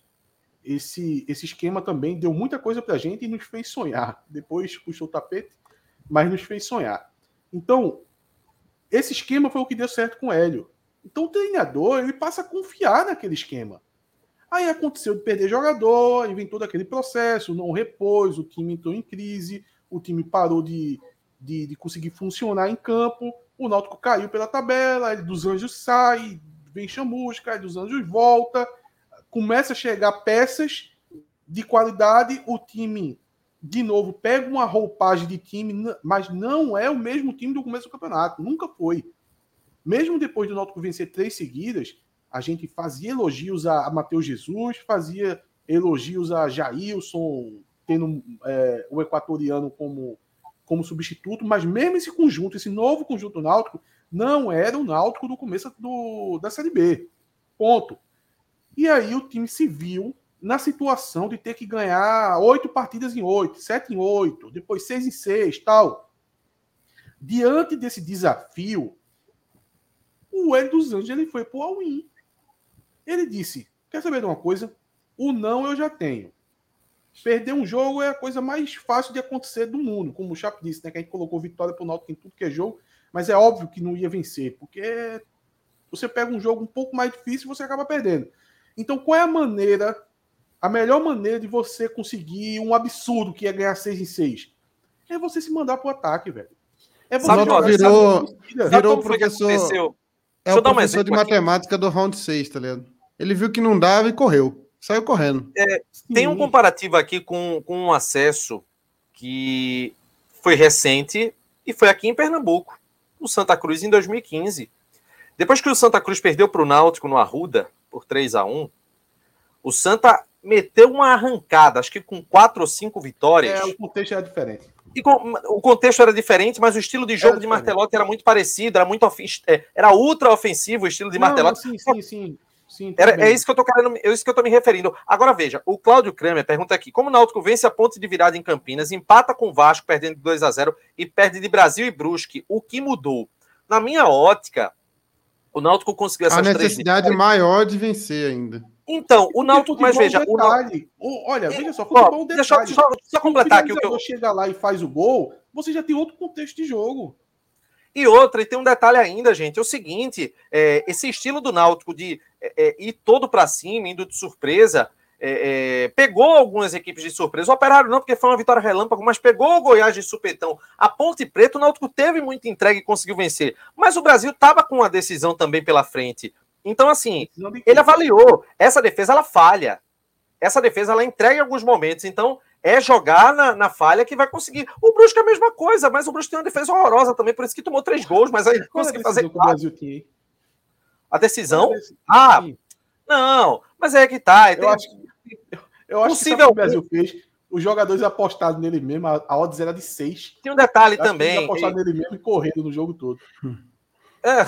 esse, esse esquema também deu muita coisa pra gente e nos fez sonhar. Depois puxou o tapete, mas nos fez sonhar. Então, esse esquema foi o que deu certo com o Hélio. Então, o treinador, ele passa a confiar naquele esquema. Aí aconteceu de perder jogador, aí vem todo aquele processo, não repôs, o time entrou em crise, o time parou de, de, de conseguir funcionar em campo, o Náutico caiu pela tabela, aí dos Anjos sai, vem Chamusca, aí dos Anjos volta, começa a chegar peças de qualidade, o time, de novo, pega uma roupagem de time, mas não é o mesmo time do começo do campeonato, nunca foi. Mesmo depois do Náutico vencer três seguidas, a gente fazia elogios a, a Matheus Jesus, fazia elogios a Jailson, tendo é, o equatoriano como, como substituto, mas mesmo esse conjunto, esse novo conjunto náutico, não era o Náutico do começo do, da Série B. Ponto. E aí o time se viu na situação de ter que ganhar oito partidas em oito, sete em oito, depois seis em seis, tal. Diante desse desafio, o Hélio dos Anjos ele foi pro all-in. Ele disse, quer saber de uma coisa? O não eu já tenho. Perder um jogo é a coisa mais fácil de acontecer do mundo, como o Chapo disse, né? Que a gente colocou vitória pro Náutico em tudo que é jogo, mas é óbvio que não ia vencer, porque você pega um jogo um pouco mais difícil e você acaba perdendo. Então, qual é a maneira, a melhor maneira de você conseguir um absurdo que é ganhar seis em seis? É você se mandar pro ataque, velho. É você Sabe, jogar virou, essa virou como foi que professor. aconteceu? É Deixa eu o dar um professor de exemplo aqui. matemática do round seis, tá ligado? Ele viu que não dava e correu. Saiu correndo. É, tem um comparativo aqui com, com um acesso que foi recente e foi aqui em Pernambuco, no Santa Cruz, em dois mil e quinze. Depois que o Santa Cruz perdeu para o Náutico no Arruda, por três a um, o Santa meteu uma arrancada, acho que com quatro ou cinco vitórias. É, o contexto era diferente. E com, o contexto era diferente, mas o estilo de jogo de Martelotti era muito parecido, era muito era ultra ofensivo o estilo de Não, Martelotti. Sim, sim, sim. sim era, é isso que eu tô querendo, é isso que eu tô me referindo. Agora veja, o Cláudio Kramer pergunta aqui: como o Náutico vence a ponte de virada em Campinas, empata com o Vasco perdendo de dois a zero e perde de Brasil e Brusque, o que mudou? Na minha ótica, o Náutico conseguiu essas a três necessidade maior de vencer ainda. Então, o Náutico, mas veja, o Náutico... olha, veja só, futebol ó, deixa, deixa, deixa eu completar aqui o que eu chega lá e faz o gol, você já tem outro contexto de jogo. E outra, e tem um detalhe ainda, gente, é o seguinte, é, esse estilo do Náutico de é, é, ir todo para cima, indo de surpresa, é, é, pegou algumas equipes de surpresa. O Operário não, porque foi uma vitória relâmpago, mas pegou o Goiás de supetão. A Ponte Preta, o Náutico teve muita entrega e conseguiu vencer. Mas o Brasil estava com a decisão também pela frente. Então, assim, ele avaliou. Essa defesa, ela falha. Essa defesa, ela entrega em alguns momentos. Então, é jogar na, na falha que vai conseguir. O Brusque é a mesma coisa, mas o Brusque tem uma defesa horrorosa também, por isso que tomou três gols, mas aí conseguiu fazer que o Brasil tinha? A decisão? Ah, não, mas é que tá. Eu tem... acho, eu, eu acho Possível... que o Brasil fez, os jogadores apostaram nele mesmo, a, a odds era de seis. Tem um detalhe eu também. Eles apostaram e... nele mesmo e correndo no jogo todo. É...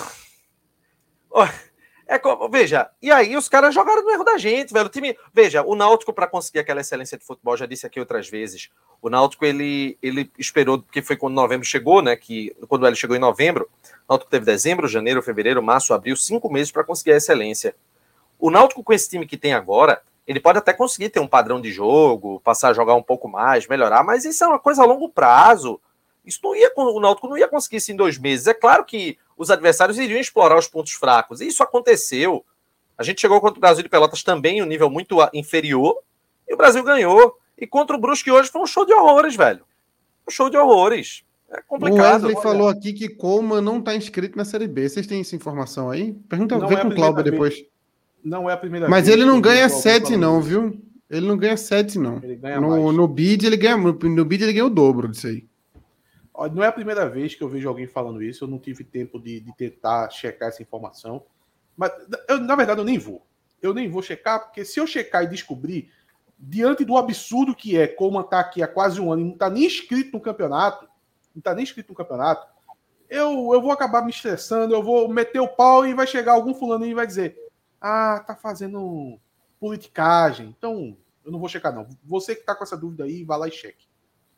É como, veja, e aí os caras jogaram no erro da gente, velho. O time, veja, o Náutico, para conseguir aquela excelência de futebol, já disse aqui outras vezes, o Náutico, ele, ele esperou, porque foi quando novembro chegou, né, que quando ele chegou em novembro, o Náutico teve dezembro, janeiro, fevereiro, março, abril, cinco meses para conseguir a excelência. O Náutico, com esse time que tem agora, ele pode até conseguir ter um padrão de jogo, passar a jogar um pouco mais, melhorar, mas isso é uma coisa a longo prazo. Isso não ia, o Náutico não ia conseguir isso em dois meses. É claro que os adversários iriam explorar os pontos fracos. E isso aconteceu. A gente chegou contra o Brasil de Pelotas também em um nível muito inferior, e o Brasil ganhou. E contra o Brusque hoje foi um show de horrores, velho. Um show de horrores. É complicado. O Wesley falou aqui que Coleman não está inscrito na Série B. Vocês têm essa informação aí? Pergunta vê com o Cláudio depois. Não é a primeira Mas vez. Mas ele não ganha sete, não, isso. viu? Ele não ganha sete, não. Ele ganha no, mais. No bid, ele ganha, no bid ele ganha o dobro disso aí. Não é a primeira vez que eu vejo alguém falando isso, eu não tive tempo de, de tentar checar essa informação. Mas, eu, na verdade, eu nem vou. Eu nem vou checar, porque se eu checar e descobrir, diante do absurdo que é Coleman tá aqui há quase um ano e não está nem inscrito no campeonato, não está nem inscrito no campeonato, eu, eu vou acabar me estressando, eu vou meter o pau e vai chegar algum fulaninho e vai dizer: ah, tá fazendo politicagem. Então, eu não vou checar, não. Você que tá com essa dúvida aí, vai lá e cheque.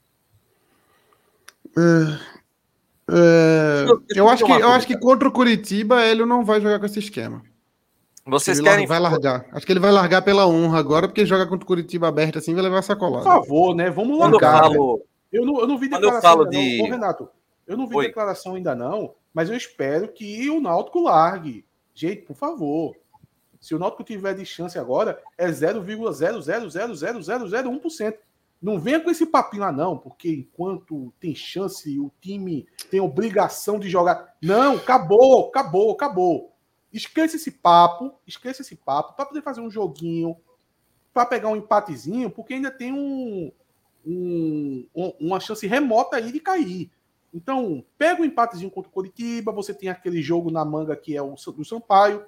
É, é, eu acho que eu acho que contra o Curitiba ele não vai jogar com esse esquema. Vocês ele querem vai largar? Acho que ele vai largar pela honra agora, porque joga contra o Curitiba aberto assim, vai levar sacolada. Por favor, né? Vamos Quando largar. eu, falo... eu, não, eu não vi Quando declaração eu falo ainda de... não. Ô, Renato, eu não vi Oi. declaração ainda não, mas eu espero que o Náutico largue. Gente, por favor. Se o Náutico tiver de chance agora, é zero vírgula zero zero zero zero zero zero um por cento. Não venha com esse papinho lá, não, porque enquanto tem chance, o time tem obrigação de jogar. Não, acabou, acabou, acabou. Esqueça esse papo, esqueça esse papo, para poder fazer um joguinho, para pegar um empatezinho, porque ainda tem um, um, uma chance remota aí de cair. Então, pega um empatezinho contra o Coritiba, você tem aquele jogo na manga que é o do Sampaio.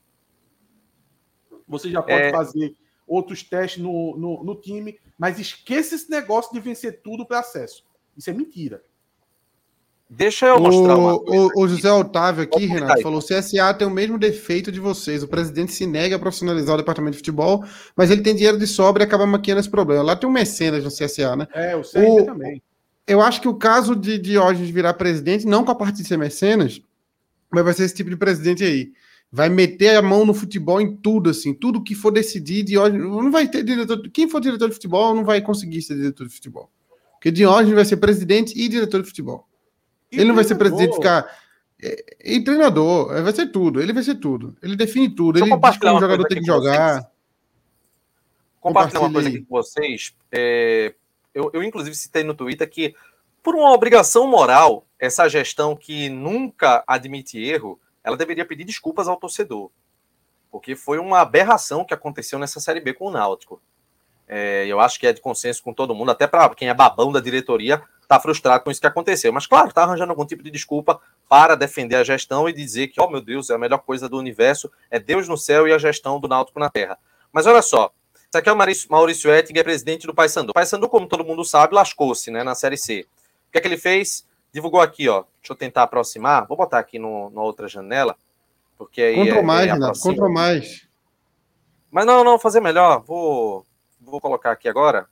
Você já pode é... fazer outros testes no, no, no time, mas esqueça esse negócio de vencer tudo para acesso. Isso é mentira. Deixa eu mostrar uma coisa. O, o José Otávio aqui, Renato, falou: o C S A tem o mesmo defeito de vocês. O presidente se nega a profissionalizar o departamento de futebol, mas ele tem dinheiro de sobra e acaba maquiando esse problema. Lá tem um mecenas no C S A, né? É, o C S A também. Eu acho que o caso de Diógenes virar presidente, não com a parte de ser mecenas, mas vai ser esse tipo de presidente aí. vai meter a mão no futebol em tudo, assim, tudo que for decidir, Diógenes, não vai ter diretor, quem for diretor de futebol não vai conseguir ser diretor de futebol, porque Diógenes vai ser presidente e diretor de futebol, e ele não vai ser presidente, ficar, e, e treinador, vai ser tudo, ele vai ser tudo, ele define tudo, Deixa ele diz como o jogador tem que jogar. Vocês. Compartilhar uma coisa aqui com vocês, é, eu, eu inclusive citei no Twitter que, por uma obrigação moral, essa gestão que nunca admite erro, ela deveria pedir desculpas ao torcedor, porque foi uma aberração que aconteceu nessa Série B com o Náutico. É, eu acho que é de consenso com todo mundo, até para quem é babão da diretoria, está frustrado com isso que aconteceu. Mas, claro, está arranjando algum tipo de desculpa para defender a gestão e dizer que, oh, meu Deus, é a melhor coisa do universo, é Deus no céu e a gestão do Náutico na terra. Mas olha só, isso aqui é o Maurício, Maurício Ettinger, presidente do Paysandu. O Paysandu, como todo mundo sabe, lascou-se, né, na Série C. O que é que ele fez? Divulgou aqui, ó. Deixa eu tentar aproximar. Vou botar aqui no, na outra janela, porque aí Contra é, mais, é Renato, contra mais. Mas não, não, fazer melhor. Vou, vou colocar aqui agora.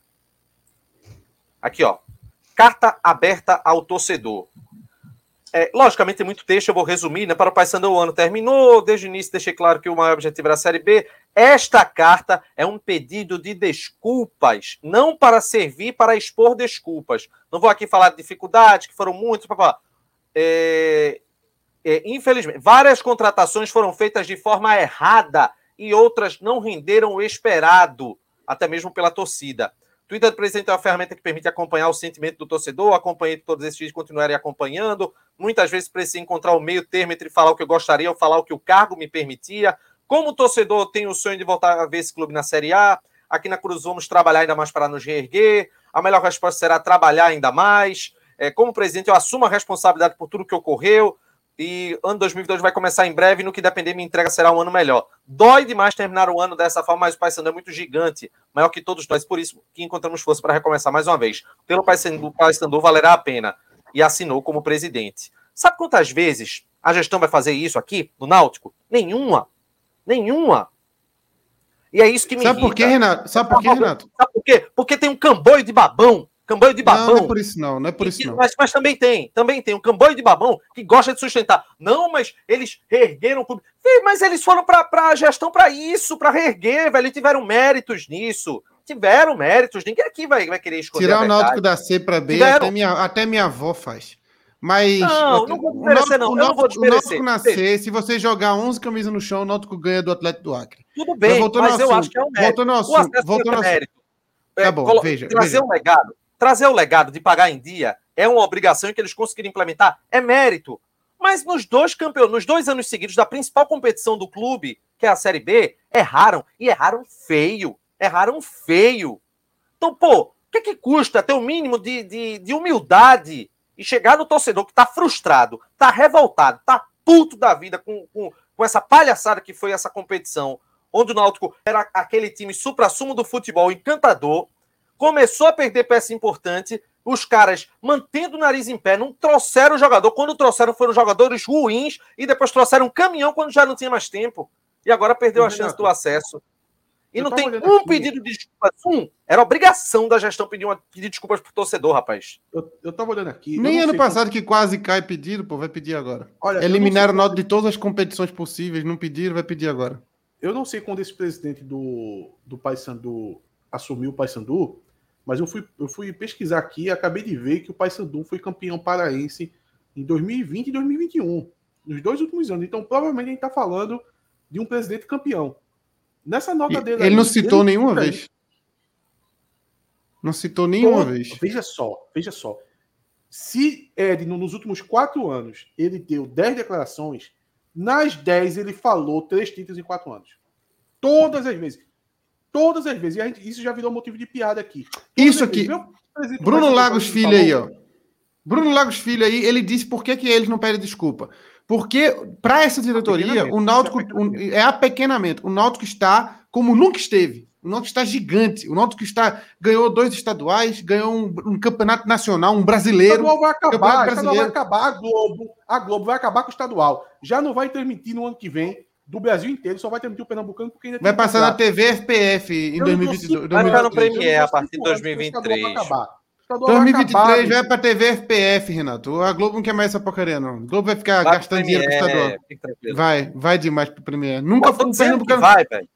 Aqui, ó. Carta aberta ao torcedor. É, logicamente tem muito texto, eu vou resumir, né? Para o Paysandu, o ano terminou, desde o início deixei claro que o maior objetivo era a Série B. Esta carta é um pedido de desculpas, não para servir para expor desculpas. Não vou aqui falar de dificuldades, que foram muitas, papá. É, é, infelizmente, várias contratações foram feitas de forma errada e outras não renderam o esperado, até mesmo pela torcida. O Twitter do presidente é uma ferramenta que permite acompanhar o sentimento do torcedor, acompanhei todos esses vídeos continuarem acompanhando. Muitas vezes preciso encontrar o meio termo entre falar o que eu gostaria ou falar o que o cargo me permitia. Como torcedor, eu tenho o sonho de voltar a ver esse clube na Série A. Aqui na Cruz vamos trabalhar ainda mais para nos reerguer. A melhor resposta será trabalhar ainda mais. É, como presidente, eu assumo a responsabilidade por tudo que ocorreu. E ano dois mil e vinte e dois vai começar em breve e no que depender, minha entrega será um ano melhor. Dói demais terminar o ano dessa forma, mas o Paysandu é muito gigante, maior que todos nós, por isso que encontramos força para recomeçar mais uma vez. Pelo Paysandu, Paysandu valerá a pena. E assinou como presidente. Sabe quantas vezes a gestão vai fazer isso aqui, no Náutico? Nenhuma. Nenhuma. E é isso que me Sabe irrita. por quê, Renato? Sabe por quê, Renato? Sabe por quê? Porque tem um camboio de babão. Camboio de babão. Não, não é por isso não, não é por isso não. Mas, mas também tem, também tem um camboio de babão que gosta de sustentar. Não, mas eles reergueram o clube. Mas eles foram para a gestão para isso, para reerguer, velho. Eles tiveram méritos nisso. Tiveram méritos. Ninguém aqui vai, vai querer esconder tirar a o Náutico da C para B, até minha, até minha avó faz. Mas não, não vou desmerecer, não. O eu não vou desmerecer. O Náutico na C, se você jogar onze camisas no chão, o Náutico ganha do Atlético do Acre. Tudo bem, mas, mas eu assunto, acho que é um mérito. Voltando ao assunto, voltando ao mérito. Tá bom, é, veja. Trazer veja. um legado. Trazer o legado de pagar em dia é uma obrigação que eles conseguiram implementar, é mérito. Mas nos dois campeões, nos dois anos seguidos da principal competição do clube, que é a Série B, erraram. E erraram feio. Erraram feio. Então, pô, o que, que custa ter o um mínimo de, de, de humildade e chegar no torcedor que tá frustrado, tá revoltado, tá puto da vida com, com, com essa palhaçada que foi essa competição, onde o Náutico era aquele time supra-sumo do futebol encantador, começou a perder peça importante, os caras mantendo o nariz em pé, não trouxeram o jogador, quando trouxeram foram jogadores ruins e depois trouxeram um caminhão quando já não tinha mais tempo. E agora perdeu a chance do acesso. E não tem um aqui. pedido de desculpas. Um, era obrigação da gestão pedir, uma, pedir desculpas pro torcedor, rapaz. Eu, eu tava olhando aqui. Nem ano passado que quase cai pedido, pô, vai pedir agora. Olha, eliminaram o Náutico de todas as competições possíveis, não pediram, vai pedir agora. Eu não sei quando esse presidente do, do Paysandu assumiu o Paysandu, mas eu fui, eu fui pesquisar aqui e acabei de ver que o Paysandu foi campeão paraense em dois mil e vinte e dois mil e vinte e um, nos dois últimos anos. Então, provavelmente, a gente está falando de um presidente campeão. Nessa nota dele... Ele aí, não citou ele nenhuma vez. Aí. Não citou nenhuma Todo, vez. Veja só, veja só. Se Edno, nos últimos quatro anos, ele deu dez declarações, nas dez ele falou três títulos em quatro anos. Todas as vezes. Todas as vezes. E a gente, isso já virou motivo de piada aqui. Todas isso aqui. Vezes, Bruno Lagos Filho falou, aí, ó. Bruno Lagos Filho aí, ele disse por que, que eles não pedem desculpa. Porque, para essa diretoria, o Náutico é apequenamento. O Náutico está como nunca esteve. O Náutico está gigante. O Náutico está, ganhou dois estaduais, ganhou um, um campeonato nacional, um brasileiro. O estadual vai acabar, o estadual vai acabar, a Globo, a Globo vai acabar com o estadual. Já não vai transmitir no ano que vem do Brasil inteiro, só vai transmitir o Pernambucano porque ainda tem vai passar na T V F P F em dois mil e vinte e dois. Vai ficar no Premier a partir de dois mil e vinte e três. dois mil e vinte e três vai pra T V F P F, Renato. A Globo não quer mais essa porcaria, não. A Globo vai ficar vai gastando dinheiro com o estadual. Vai, vai demais pro Premier. Nunca foi um Pernambucano. Vai, velho.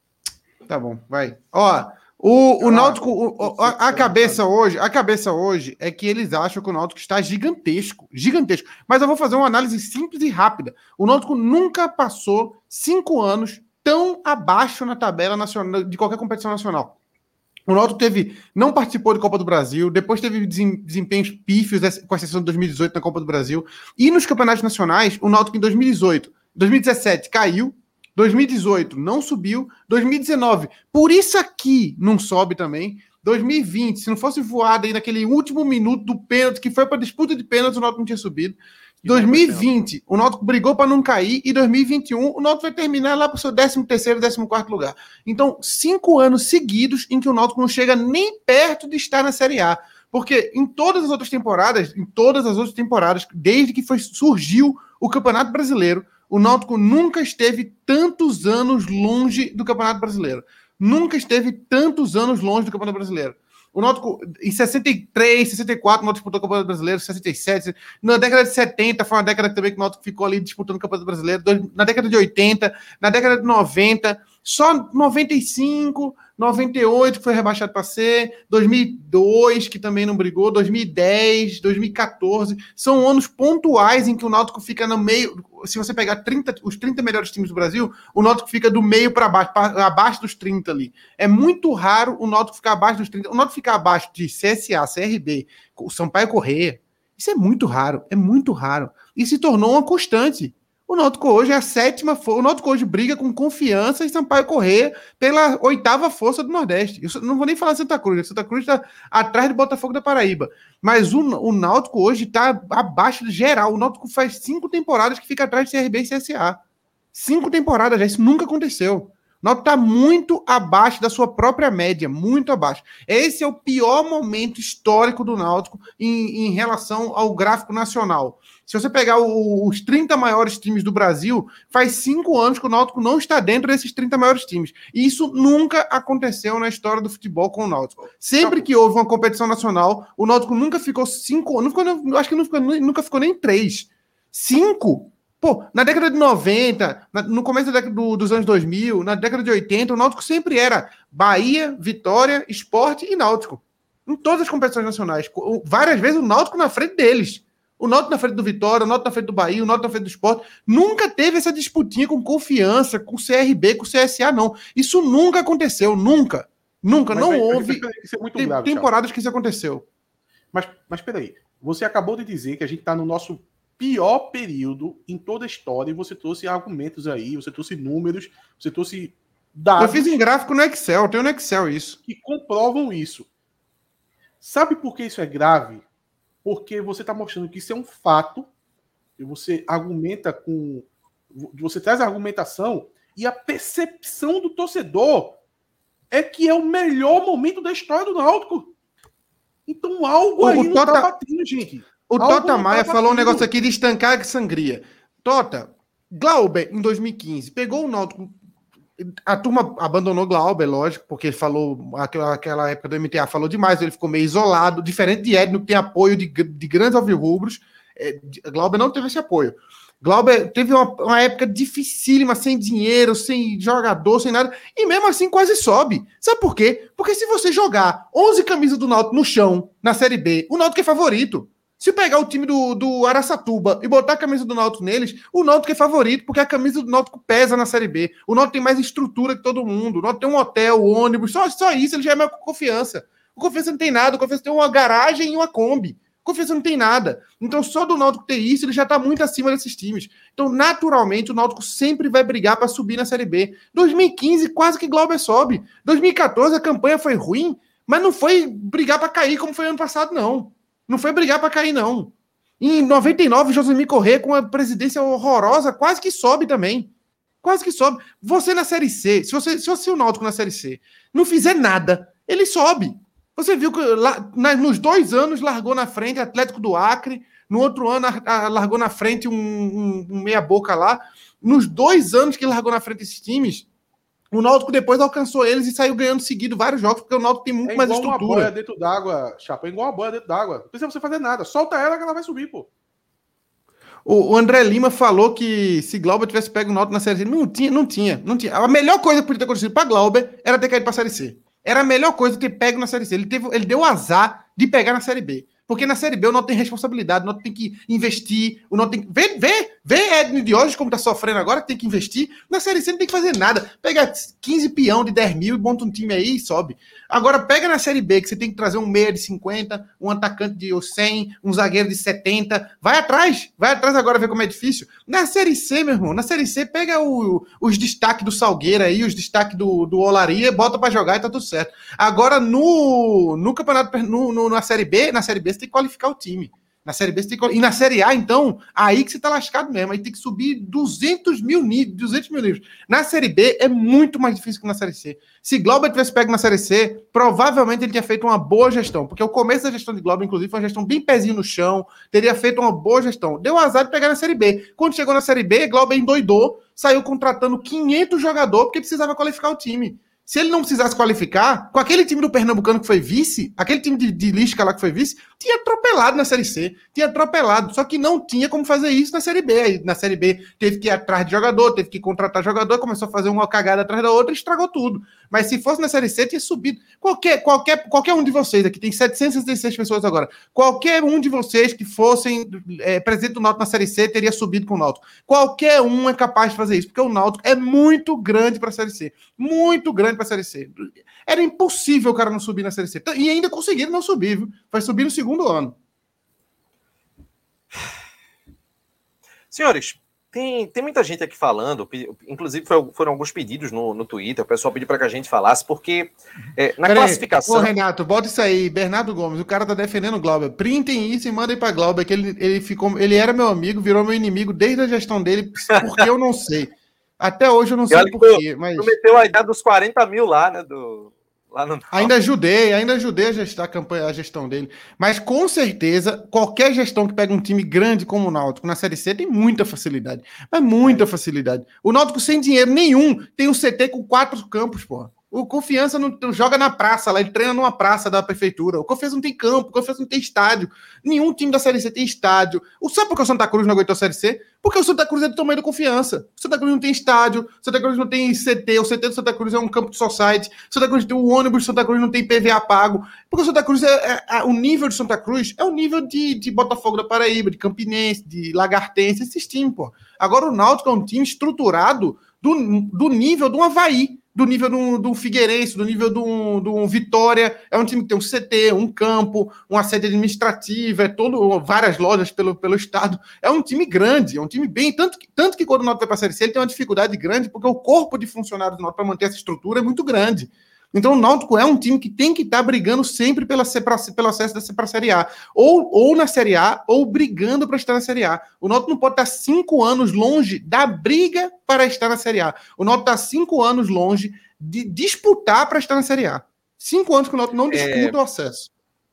Tá bom, vai. Ó, o, o Náutico, o, a, a cabeça hoje, a cabeça hoje é que eles acham que o Náutico está gigantesco, gigantesco. Mas eu vou fazer uma análise simples e rápida. O Náutico nunca passou cinco anos tão abaixo na tabela nacional de qualquer competição nacional. O Náutico teve, não participou de Copa do Brasil, depois teve desempenhos pífios, com exceção de dois mil e dezoito na Copa do Brasil. E nos campeonatos nacionais, o Náutico em dois mil e dezoito, dois mil e dezessete caiu, dois mil e dezoito não subiu, dois mil e dezenove, por isso aqui não sobe também, dois mil e vinte, se não fosse voado aí naquele último minuto do pênalti, que foi para disputa de pênalti, o Náutico não tinha subido. dois mil e vinte, o Náutico brigou para não cair, e dois mil e vinte e um, o Náutico vai terminar lá para o seu décimo terceiro, décimo quarto lugar. Então, cinco anos seguidos em que o Náutico não chega nem perto de estar na Série A. Porque em todas as outras temporadas, em todas as outras temporadas, desde que foi, surgiu o Campeonato Brasileiro, o Náutico nunca esteve tantos anos longe do Campeonato Brasileiro. Nunca esteve tantos anos longe do Campeonato Brasileiro. O Náutico, em sessenta e três, sessenta e quatro, o Náutico disputou o Campeonato Brasileiro, sessenta e sete. Na década de setenta, foi uma década também que o Náutico ficou ali disputando o Campeonato Brasileiro. Na década de oitenta, na década de noventa, só noventa e cinco, noventa e oito, que foi rebaixado para C, dois mil e dois, que também não brigou, dois mil e dez, dois mil e quatorze. São anos pontuais em que o Náutico fica no meio. Se você pegar trinta, os trinta melhores times do Brasil, o Náutico fica do meio para baixo, pra, abaixo dos trinta ali. É muito raro o Náutico ficar abaixo dos trinta. O Náutico ficar abaixo de C S A, C R B, o Sampaio Corrêa. Isso é muito raro, é muito raro. E se tornou uma constante. O Náutico hoje é a sétima força. O Náutico hoje briga com Confiança e Sampaio Corrêa pela oitava força do Nordeste. Eu não vou nem falar Santa Cruz. Santa Cruz está atrás de Botafogo da Paraíba. Mas o, o Náutico hoje está abaixo de geral. O Náutico faz cinco temporadas que fica atrás de C R B e C S A. Cinco temporadas já. Isso nunca aconteceu. O Náutico está muito abaixo da sua própria média. Muito abaixo. Esse é o pior momento histórico do Náutico em, em relação ao gráfico nacional. Se você pegar o, os trinta maiores times do Brasil, faz cinco anos que o Náutico não está dentro desses trinta maiores times. E isso nunca aconteceu na história do futebol com o Náutico. Sempre que houve uma competição nacional, o Náutico nunca ficou cinco, não ficou, acho que não ficou, nunca ficou nem três. Cinco? Pô, na década de noventa, na, no começo da década do, dos anos dois mil, na década de oitenta, o Náutico sempre era Bahia, Vitória, Sport e Náutico. Em todas as competições nacionais. Várias vezes o Náutico na frente deles. O Náutico na frente do Vitória, o Náutico na frente do Bahia, o Náutico na frente do Sport. Nunca teve essa disputinha com Confiança, com o C R B, com o C S A, não. Isso nunca aconteceu, nunca. Nunca, mas, não mas, houve mas, mas, é muito tem, grave, temporadas Thiago. Que isso aconteceu. Mas, mas peraí, você acabou de dizer que a gente está no nosso pior período em toda a história e você trouxe argumentos aí, você trouxe números, você trouxe dados. Eu fiz em gráfico no Excel, eu tenho no Excel isso. Que comprovam isso. Sabe por que isso é grave? Porque você está mostrando que isso é um fato, e você argumenta com. Você traz a argumentação e a percepção do torcedor é que é o melhor momento da história do Náutico. Então algo o, aí o não Tota, tá batendo, gente. O algo Tota Maia tá falou um negócio aqui de estancar que sangria. Tota, Glauber, em dois mil e quinze, pegou o Náutico. A turma abandonou Glauber, lógico, porque ele falou, aquela, aquela época do M T A falou demais, ele ficou meio isolado, diferente de Edno, que tem apoio de, de grandes alvirrubros. É, Glauber não teve esse apoio. Glauber teve uma, uma época dificílima, sem dinheiro, sem jogador, sem nada, e mesmo assim quase sobe. Sabe por quê? Porque se você jogar onze camisas do Náutico no chão, na Série B, o Náutico é favorito. Se pegar o time do, do Araçatuba e botar a camisa do Náutico neles, o Náutico é favorito, porque a camisa do Náutico pesa na Série B. O Náutico tem mais estrutura que todo mundo. O Náutico tem um hotel, ônibus, só, só isso ele já é mais Confiança. O Confiança não tem nada, o Confiança tem uma garagem e uma Kombi. O Confiança não tem nada. Então, só do Náutico ter isso, ele já está muito acima desses times. Então, naturalmente, o Náutico sempre vai brigar para subir na Série B. dois mil e quinze, quase que Glauber sobe. dois mil e quatorze, a campanha foi ruim, mas não foi brigar para cair como foi ano passado, não. Não foi brigar para cair, não. Em noventa e nove, Josemir Corrêa, com a presidência horrorosa, quase que sobe também. Quase que sobe. Você na Série C, se você, se você o Náutico na Série C não fizer nada, ele sobe. Você viu que lá, na, nos dois anos largou na frente Atlético do Acre, no outro ano a, a, largou na frente um, um, um meia-boca lá. Nos dois anos que largou na frente esses times, O Náutico depois alcançou eles e saiu ganhando seguido vários jogos, porque o Náutico tem muito é mais igual estrutura. Uma boia dentro d'água, Chapa, é igual uma boia dentro d'água. Não precisa você fazer nada. Solta ela que ela vai subir, pô. O, o André Lima falou que se Glauber tivesse pego o Náutico na Série C, não tinha, não tinha, não tinha. A melhor coisa que podia ter acontecido para Glauber era ter caído para a Série C. Era a melhor coisa ter pego na Série C. Ele, teve, ele deu azar de pegar na Série B. Porque na Série B o Náutico tem responsabilidade, o Náutico tem que investir, o Náutico tem que... Vê, vê, vê Edno de hoje como tá sofrendo agora, que tem que investir. Na Série C não tem que fazer nada. Pega quinze peão de dez mil e monta um time aí e sobe. Agora pega na Série B, que você tem que trazer um meia de cinquenta, um atacante de cem, um zagueiro de setenta. Vai atrás, vai atrás agora ver como é difícil. Na Série C, meu irmão, na Série C pega o, os destaques do Salgueira aí, os destaques do, do Olaria, bota pra jogar e tá tudo certo. Agora no, no campeonato, no, no, na Série B, na Série B você tem que qualificar o time. Na Série B você tem que... E na Série A, então, aí que você tá lascado mesmo. Aí tem que subir duzentos mil níveis, duzentos mil níveis. Na Série B é muito mais difícil que na Série C. Se Glauber tivesse pego na Série C, provavelmente ele tinha feito uma boa gestão. Porque o começo da gestão de Glauber, inclusive, foi uma gestão bem pezinho no chão. Teria feito uma boa gestão. Deu azar de pegar na Série B. Quando chegou na Série B, Glauber endoidou, saiu contratando quinhentos jogadores porque precisava qualificar o time. Se ele não precisasse qualificar, com aquele time do Pernambucano que foi vice, aquele time de, de Lisca lá que foi vice, tinha atropelado na Série C, tinha atropelado, só que não tinha como fazer isso na Série B. Aí, na Série B teve que ir atrás de jogador, teve que contratar jogador, começou a fazer uma cagada atrás da outra e estragou tudo. Mas se fosse na Série C, tinha subido. Qualquer, qualquer, qualquer um de vocês aqui, tem setecentas e sessenta e seis pessoas agora, qualquer um de vocês que fossem é, presidente do Náutico na Série C, teria subido com o Náutico. Qualquer um é capaz de fazer isso, porque o Náutico é muito grande para a Série C. Muito grande para a Série C. Era impossível o cara não subir na Série C. E ainda conseguiram não subir, viu? Vai subir no segundo ano. Senhores, tem, tem muita gente aqui falando, inclusive foi, foram alguns pedidos no, no Twitter, o pessoal pediu para que a gente falasse, porque é, na Pera classificação... Ô, Renato, bota isso aí, Bernardo Gomes, o cara tá defendendo o Glauber. Printem isso e mandem para Glauber, que ele, ele, ficou, ele era meu amigo, virou meu inimigo desde a gestão dele, porque eu não sei. Até hoje eu não sei porquê, mas... Prometeu a idade dos quarenta mil lá, né, do... No... Ainda ajudei, ainda ajudei a gestar a campanha, a gestão dele. Mas com certeza, qualquer gestão que pega um time grande como o Náutico na Série C tem muita facilidade. Mas muita é. facilidade. O Náutico sem dinheiro nenhum tem um C T com quatro campos, porra. O Confiança não, não joga na praça lá, ele treina numa praça da prefeitura. O Confiança não tem campo, o Confiança não tem estádio. Nenhum time da Série C tem estádio. O, sabe por que o Santa Cruz não aguentou a Série C? Porque o Santa Cruz é do tamanho da Confiança. O Santa Cruz não tem estádio, o Santa Cruz não tem C T, o C T do Santa Cruz é um campo de society, o Santa Cruz tem o ônibus do Santa Cruz não tem P V A pago. Porque o Santa Cruz, é, é, é o nível de Santa Cruz é o nível de, de Botafogo da Paraíba, de Campinense, de Lagartense, esses times, pô. Agora o Náutico é um time estruturado do, do nível do Avaí, do nível do, do Figueirense, do nível do, do Vitória. É um time que tem um C T, um campo, uma sede administrativa, é todo, várias lojas pelo, pelo estado. É um time grande, é um time bem... Tanto que, tanto que quando o Náutico vai para a Série C, ele tem uma dificuldade grande, porque o corpo de funcionários do Náutico para manter essa estrutura é muito grande. Então o Náutico é um time que tem que estar tá brigando sempre pela, pra, pelo acesso para a Série A. Ou, ou na Série A, ou brigando para estar na Série A. O Náutico não pode estar cinco anos longe da briga para estar na Série A. O Náutico está cinco anos longe de disputar para estar na Série A. Cinco anos que o Náutico não disputa é... o acesso.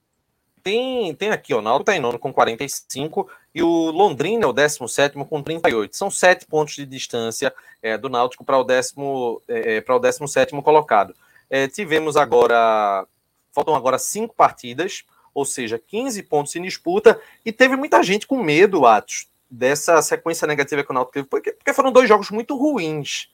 Tem, tem aqui, o Náutico está em nono com quarenta e cinco e o Londrina é o décimo sétimo com trinta e oito. São sete pontos de distância é, do Náutico para o décimo, é, para o décimo sétimo colocado. É, tivemos agora, faltam agora cinco partidas, ou seja, quinze pontos em disputa, e teve muita gente com medo, Atos, dessa sequência negativa que o Náutico teve, porque, porque foram dois jogos muito ruins.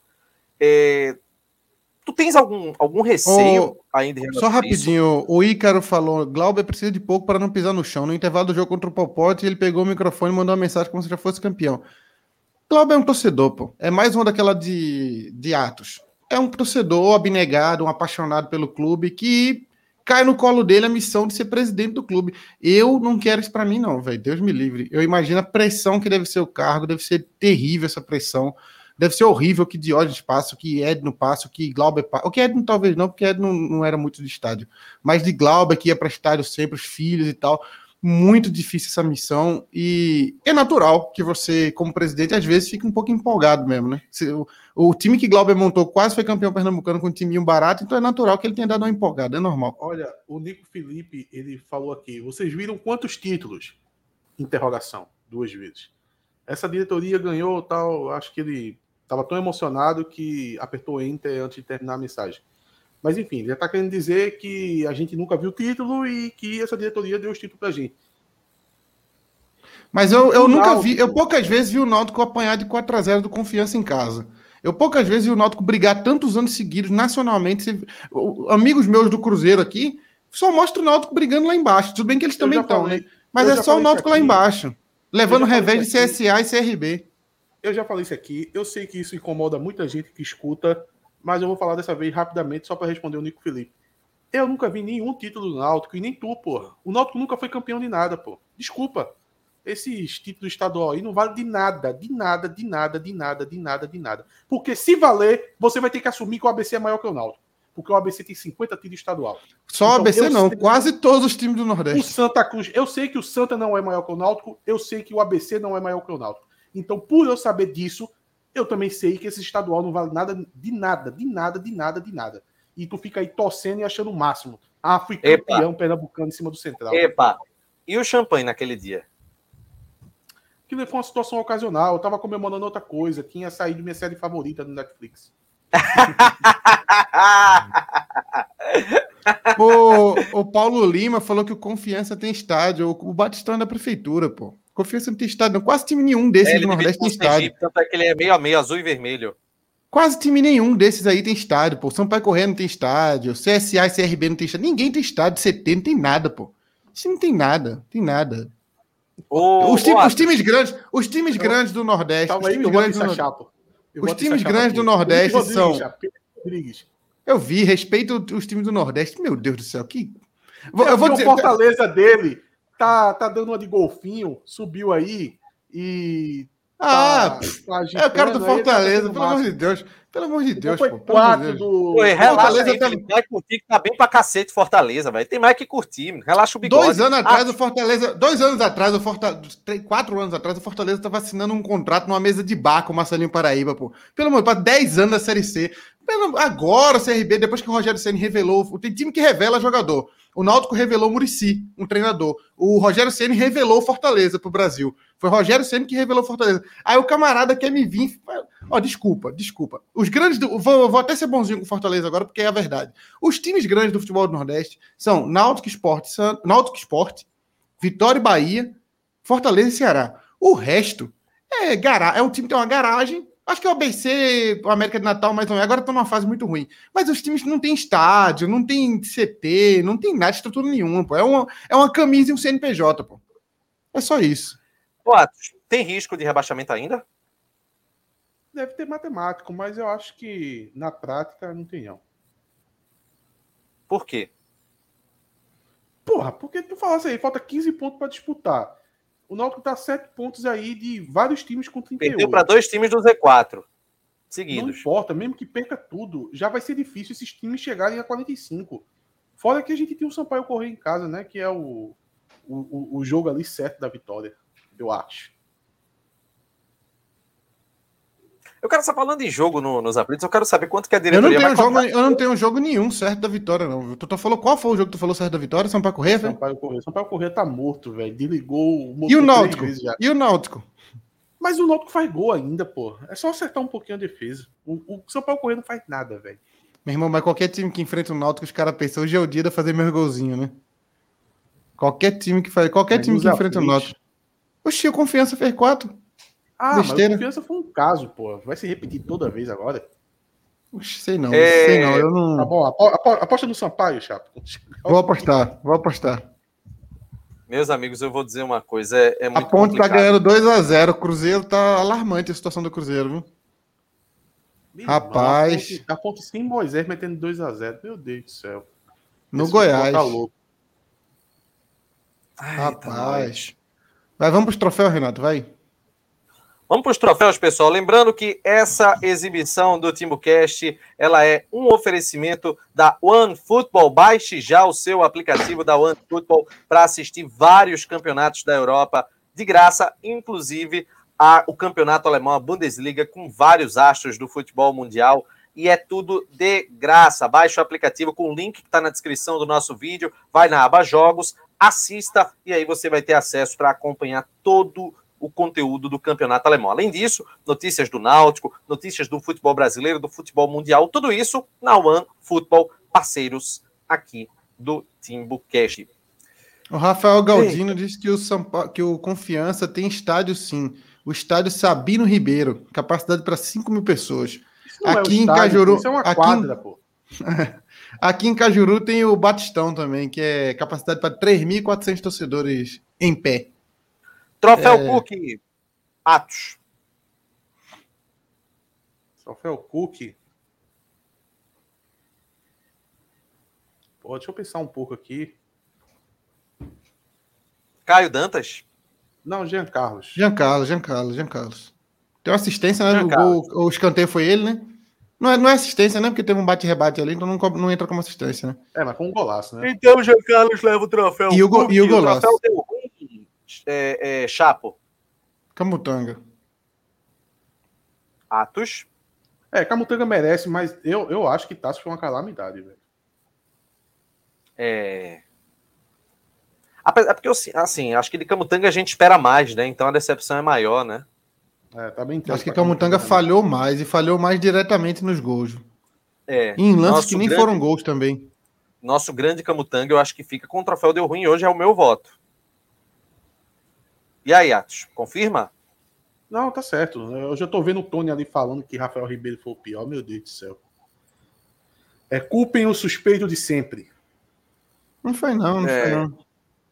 É, tu tens algum, algum receio oh, ainda? Só rapidinho, o Ícaro falou, Glauber precisa de pouco para não pisar no chão. No intervalo do jogo contra o Popote, ele pegou o microfone e mandou uma mensagem como se já fosse campeão. Glauber é um torcedor, pô. É mais uma daquela de, de Atos. É um torcedor abnegado, um apaixonado pelo clube, que cai no colo dele a missão de ser presidente do clube. Eu não quero isso pra mim, não, velho. Deus me livre. Eu imagino a pressão que deve ser o cargo, deve ser terrível essa pressão. Deve ser horrível o que Diógenes passa, o que Edno passa, o que Glauber passa. O que Edno talvez não, porque Edno não, não era muito de estádio. Mas de Glauber, que ia para estádio sempre, os filhos e tal. Muito difícil essa missão e é natural que você, como presidente, às vezes fique um pouco empolgado mesmo, né? O, o time que Glauber montou quase foi campeão pernambucano com um timinho barato, então é natural que ele tenha dado uma empolgada, é normal. Olha, o Nico Felipe, ele falou aqui, vocês viram quantos títulos? Interrogação, duas vezes. Essa diretoria ganhou tal, acho que ele Tava tão emocionado que apertou Enter antes de terminar a mensagem. Mas enfim, ele já está querendo dizer que a gente nunca viu o título e que essa diretoria deu os títulos pra gente. Mas eu, eu nunca Náutico... vi, eu poucas vezes vi o Náutico apanhar de quatro a zero do Confiança em casa. Eu poucas vezes vi o Náutico brigar tantos anos seguidos nacionalmente. Você, amigos meus do Cruzeiro aqui só mostram o Náutico brigando lá embaixo. Tudo bem que eles eu também estão, né? Mas é só o Náutico lá embaixo, levando revés de C S A e C R B. Eu já falei isso aqui, eu sei que isso incomoda muita gente que escuta, mas eu vou falar dessa vez rapidamente só para responder o Nico Felipe. Eu nunca vi nenhum título do Náutico e nem tu, porra. O Náutico nunca foi campeão de nada, pô. Desculpa. Esses títulos estadual aí não vale de nada, de nada, de nada, de nada, de nada, de nada. Porque se valer, você vai ter que assumir que o A B C é maior que o Náutico. Porque o A B C tem cinquenta títulos estadual. Só então, o A B C não, sei... quase todos os times do Nordeste. O Santa Cruz, eu sei que o Santa não é maior que o Náutico, eu sei que o A B C não é maior que o Náutico. Então, por eu saber disso, eu também sei que esse estadual não vale nada, de nada, de nada, de nada, de nada. E tu fica aí torcendo e achando o máximo. Ah, fui campeão pernambucano em cima do Central. Epa! E o champanhe naquele dia? Que foi uma situação ocasional. Eu tava comemorando outra coisa. Tinha saído minha série favorita no Netflix. o, o Paulo Lima falou que o Confiança tem estádio. O Batistão é da prefeitura, pô. Confiança não tem estádio, não. Quase time nenhum desses é, do Nordeste tem estádio. Tanto é que ele é meio a meio, azul e vermelho. Quase time nenhum desses aí tem estádio, pô. Sampaio Corrêa não tem estádio. C S A e C R B não tem estádio. Ninguém tem estádio. C T não tem nada, pô. Isso não tem nada. Tem nada. Ô, os, time, os times grandes, os times eu, grandes do Nordeste, calma os aí, times grandes do chato. Os times grandes do Nordeste Rodrigues, são. Rodrigues. Eu vi, respeito os times do Nordeste. Meu Deus do céu, que. Eu, eu vou dizer, o Fortaleza dele tá, tá dando uma de golfinho, subiu aí e. Ah, tá, tá é o cara do Fortaleza, tá pelo amor de Deus. Pelo amor de Deus, foi pô. Quatro do... Pô, relaxa aí, tá... vai curtir que tá bem pra cacete Fortaleza, velho. Tem mais que curtir, relaxa o bigode. Dois anos atrás ah. o Fortaleza, dois anos atrás, o Fortaleza, quatro anos atrás, o Fortaleza tava assinando um contrato numa mesa de bar com o Marcelinho Paraíba, pô. Pelo amor, pra dez anos da Série C. Pelo... Agora o C R B, depois que o Rogério Ceni revelou, tem time que revela jogador. O Náutico revelou o Muricy, um treinador. O Rogério Ceni revelou o Fortaleza pro Brasil. Foi o Rogério Ceni que revelou o Fortaleza. Aí o camarada quer me vir... Ó, oh, desculpa, desculpa. Os grandes... Do... Vou, vou até ser bonzinho com o Fortaleza agora, porque é a verdade. Os times grandes do futebol do Nordeste são Náutico Sport, San... Náutico Sport, Vitória e Bahia, Fortaleza e Ceará. O resto é, gara... é um time que tem uma garagem. Acho que é o A B C, o América de Natal, mais ou menos. Agora estão numa fase muito ruim. Mas os times não tem estádio, não tem C T, não tem nada, estrutura nenhuma, pô. É uma, é uma camisa e um C N P J, pô. É só isso. Pô, Atos, tem risco de rebaixamento ainda? Deve ter matemático, mas eu acho que na prática não tem, não. Por quê? Porra, porque tu falasse aí, falta quinze pontos para disputar. O Náutico tá sete pontos aí de vários times com trinta e oito. Perdeu para dois times do Z quatro seguidos. Não importa, mesmo que perca tudo, já vai ser difícil esses times chegarem a quarenta e cinco. Fora que a gente tem o Sampaio Corrêa em casa, né? Que é o, o, o jogo ali certo da vitória, eu acho. Eu quero só falando em jogo no, nos aflitos, eu quero saber quanto que a diretoria eu não tenho vai jogo, Eu não tenho jogo nenhum certo da vitória, não. Tu, tu falou qual foi o jogo que tu falou certo da vitória? Sampaio Corrêa, velho? Sampaio Corrêa. Sampaio Corrêa tá morto, velho. Desligou o motor E o Náutico? E o Náutico? Mas o Náutico faz gol ainda, pô. É só acertar um pouquinho a defesa. O, o Sampaio Corrêa não faz nada, velho. Meu irmão, mas qualquer time que enfrenta o Náutico, os caras pensam, hoje é o dia de fazer meus golzinhos, né? Qualquer time que faz, qualquer mas time que enfrenta o Náutico. Oxi, o Confiança fez quatro. Ah, besteira. Mas a Confiança foi um caso, pô. Vai se repetir toda vez agora. Oxe, sei não, é... sei não. Eu não... Tá bom, aposta no Sampaio, chato. Vou apostar, vou apostar. Meus amigos, eu vou dizer uma coisa, é, é muito A Ponte complicado. Tá ganhando dois a zero, o Cruzeiro tá alarmante a situação do Cruzeiro, viu? Meu Rapaz... Irmão, a Ponte sem Moisés metendo dois a zero, meu Deus do céu. No Esse Goiás. Tá louco. Ai, Rapaz... Tá vai, vamos pros troféus, Renato, vai. Vamos para os troféus, pessoal. Lembrando que essa exibição do TimbuCast, ela é um oferecimento da OneFootball. Baixe já o seu aplicativo da OneFootball para assistir vários campeonatos da Europa de graça, inclusive a, o campeonato alemão, a Bundesliga, com vários astros do futebol mundial. E é tudo de graça. Baixe o aplicativo com o link que está na descrição do nosso vídeo. Vai na aba Jogos, assista e aí você vai ter acesso para acompanhar todo o conteúdo do campeonato alemão. Além disso, notícias do Náutico, notícias do futebol brasileiro, do futebol mundial, tudo isso na One Football, parceiros aqui do TimbuCast. O Rafael Galdino disse que o, São Paulo, que o Confiança tem estádio sim. O estádio Sabino Ribeiro, capacidade para cinco mil pessoas. Aqui é em estádio, Cajuru. Isso é uma quadra, aqui, pô. Aqui em Cajuru tem o Batistão também, que é capacidade para três mil e quatrocentos torcedores em pé. Troféu é... Cook, Atos. Troféu Cook. Pô, deixa eu pensar um pouco aqui. Caio Dantas? Não, Jean Carlos. Jean Carlos, Jean Carlos, Jean Carlos. Tem uma assistência, né? O, gol, o escanteio foi ele, né? Não é, não é assistência, né? Porque teve um bate-rebate ali, então não, não entra como assistência, né? É, mas com um golaço, né? Então o Jean Carlos leva o troféu. E o, go, e o golaço. O troféu deu ruim, é, é, Chapo. Camutanga. Atos. É, Camutanga merece, mas eu, eu acho que Tasso foi uma calamidade, velho. É... É porque, assim, acho que de Camutanga a gente espera mais, né? Então a decepção é maior, né? É, tá bem acho que Camutanga falhou mais, e falhou mais diretamente nos gols. É. Em lances que nem grande, foram gols também. Nosso grande Camutanga, eu acho que fica com o troféu deu ruim, hoje é o meu voto. E aí, Atos, confirma? Não, tá certo. Eu já tô vendo o Tony ali falando que Rafael Ribeiro foi o pior, meu Deus do céu. É, culpem o suspeito de sempre. Não foi não, não é... foi não.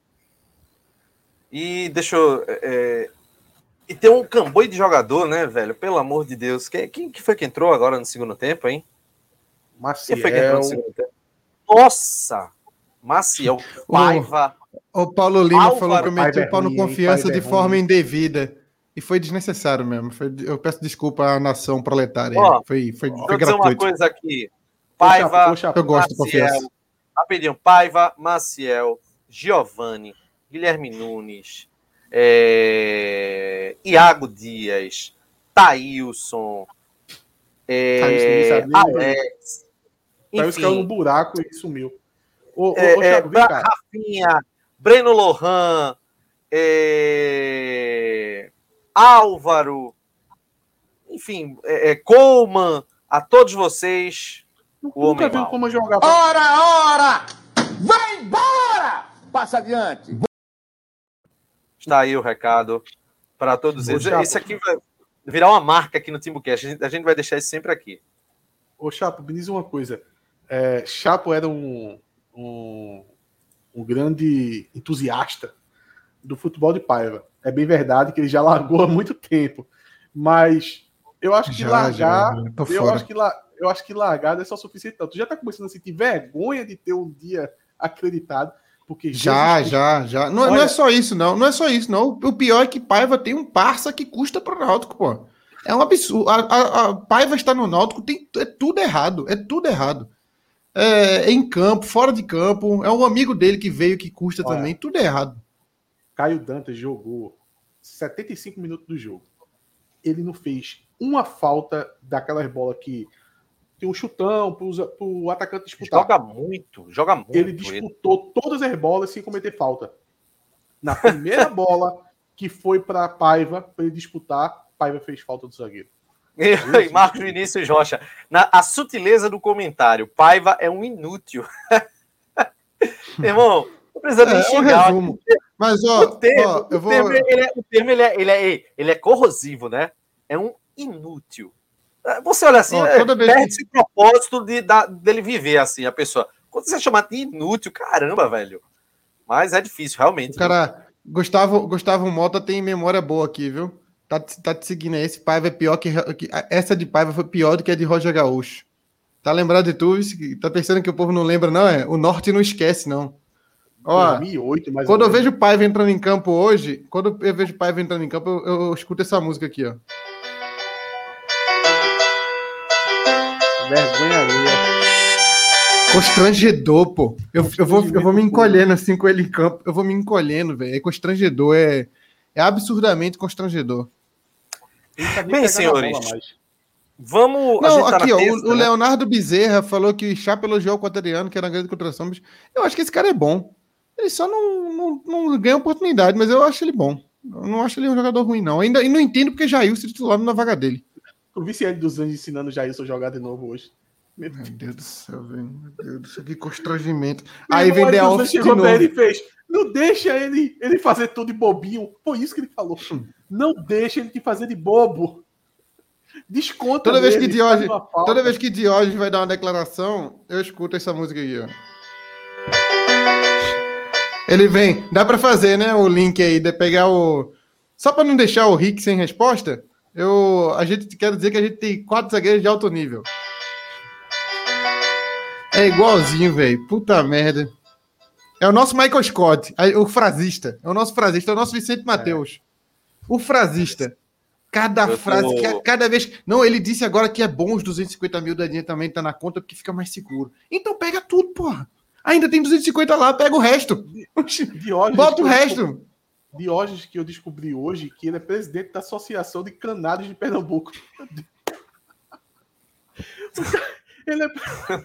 E deixa eu... É... E tem um camboi de jogador, né, velho? Pelo amor de Deus. Quem, quem que foi que entrou agora no segundo tempo, hein? Maciel. Quem foi que entrou no segundo tempo? Nossa! Maciel, Paiva. O, o Paulo Lima Álvaro, falou que eu meti o pau no Confiança de forma ruim. indevida. E foi desnecessário mesmo. Foi, eu peço desculpa à nação proletária. Ó, foi foi, vou foi dizer gratuito. uma coisa aqui. Paiva, poxa, poxa, eu gosto Maciel, de Confiança. Rapidinho. Paiva, Maciel, Giovani, Guilherme Nunes, é... Iago Dias, Thailson, é... Alex. Enfim, caiu no buraco e sumiu. Ô, é, ô, Thiago, vem cá. Rafinha, Breno Lohan, é... Álvaro, enfim, é, é, Coleman, a todos vocês. O Nunca viu como jogar. Ora, ora! Vai embora! Passa adiante. Está aí o recado para todos eles. Chapo. Esse aqui vai virar uma marca aqui no TimbuCast. A gente, a gente vai deixar isso sempre aqui. Ô, Chapo, me diz uma coisa. É, Chapo era um, um, um grande entusiasta do futebol de Paiva. É bem verdade que ele já largou há muito tempo. Mas eu acho que já, largar... Já, eu, acho que la, eu acho que largar é só suficiente. Tu já tá começando a sentir vergonha de ter um dia acreditado. Porque já, Jesus já, Cristo... já. Não, Olha... não é só isso, não. Não é só isso, não. O pior é que Paiva tem um parça que custa pro Náutico, pô. É um absurdo. A, a, a Paiva está no Náutico, tem, é tudo errado. É tudo errado. É, é em campo, fora de campo. É um amigo dele que veio, que custa Olha, também. Tudo é errado. Caio Dantas jogou setenta e cinco minutos do jogo. Ele não fez uma falta daquelas bolas que tem um chutão para o atacante disputar. Joga muito, joga muito. Ele disputou ele. todas as bolas sem cometer falta. Na primeira bola que foi para Paiva, para ele disputar, Paiva fez falta do zagueiro. E, e Marcos Vinícius Rocha, na, a sutileza do comentário, Paiva é um inútil. Irmão, não precisa nem é, xingar. Um resumo. Mas, ó, o termo, ó, eu vou... o termo, ele é, o termo ele, é, ele, é, ele é corrosivo, né? É um inútil. Você olha assim, ó, toda vez perde-se que... o propósito de, da, dele viver assim, a pessoa. Quando você chama de inútil, caramba, velho. Mas é difícil, realmente. O cara, Gustavo, Gustavo Mota tem memória boa aqui, viu? Tá, tá te seguindo aí. Esse Paiva é pior que, que. Essa de Paiva foi pior do que a de Roger Gaúcho. Tá lembrado de tudo? Tá pensando que o povo não lembra, não? É? O Norte não esquece, não. Ó, dois mil e oito, mais quando eu vejo o Paiva entrando em campo hoje, quando eu vejo o Paiva entrando em campo, eu, eu, eu escuto essa música aqui, ó. Vergonha alheia. Constrangedor, pô. Eu, eu, vou, eu vou me encolhendo assim com ele em campo. Eu vou me encolhendo, velho. É constrangedor. É, é absurdamente constrangedor. Bem, senhores. Vamos. Não, a gente aqui, tá ó. Terça, o, né? o Leonardo Bezerra falou que Chapa elogiou o Quateriano, que era uma grande contratação. Mas eu acho que esse cara é bom. Ele só não, não, não ganha oportunidade, mas eu acho ele bom. Eu não acho ele um jogador ruim, não. Ainda e não entendo porque Jailson é titular na vaga dele. O Vicente dos Anjos ensinando o Jailson a jogar de novo hoje. Meu Deus do céu, velho. Meu Deus do céu, que constrangimento. Meu Aí vem The irmão, Office de chegou novo. pra ele e fez, não deixa ele, ele fazer tudo de bobinho. Foi isso que ele falou. Não deixa ele te fazer de bobo. Desconta Toda vez nele, que Diógenes, faz uma falta. toda vez que Diógenes vai dar uma declaração, eu escuto essa música aqui, ó. Ele vem, dá pra fazer, né, o link aí, de pegar o... Só pra não deixar o Rick sem resposta, eu, a gente quer dizer que a gente tem quatro zagueiros de alto nível. É igualzinho, velho. Puta merda. É o nosso Michael Scott, o frasista. É o nosso frasista, é o nosso Vicente Mateus. É. O frasista. Cada eu frase, tô... cada vez... Não, ele disse agora que é bom os duzentos e cinquenta mil da Dinha também tá na conta porque fica mais seguro. Então pega tudo, porra. Ainda tem duzentos e cinquenta lá, pega o resto. Diógenes, bota o resto. Diógenes, que eu descobri hoje que ele é presidente da Associação de Canários de Pernambuco. Ele é...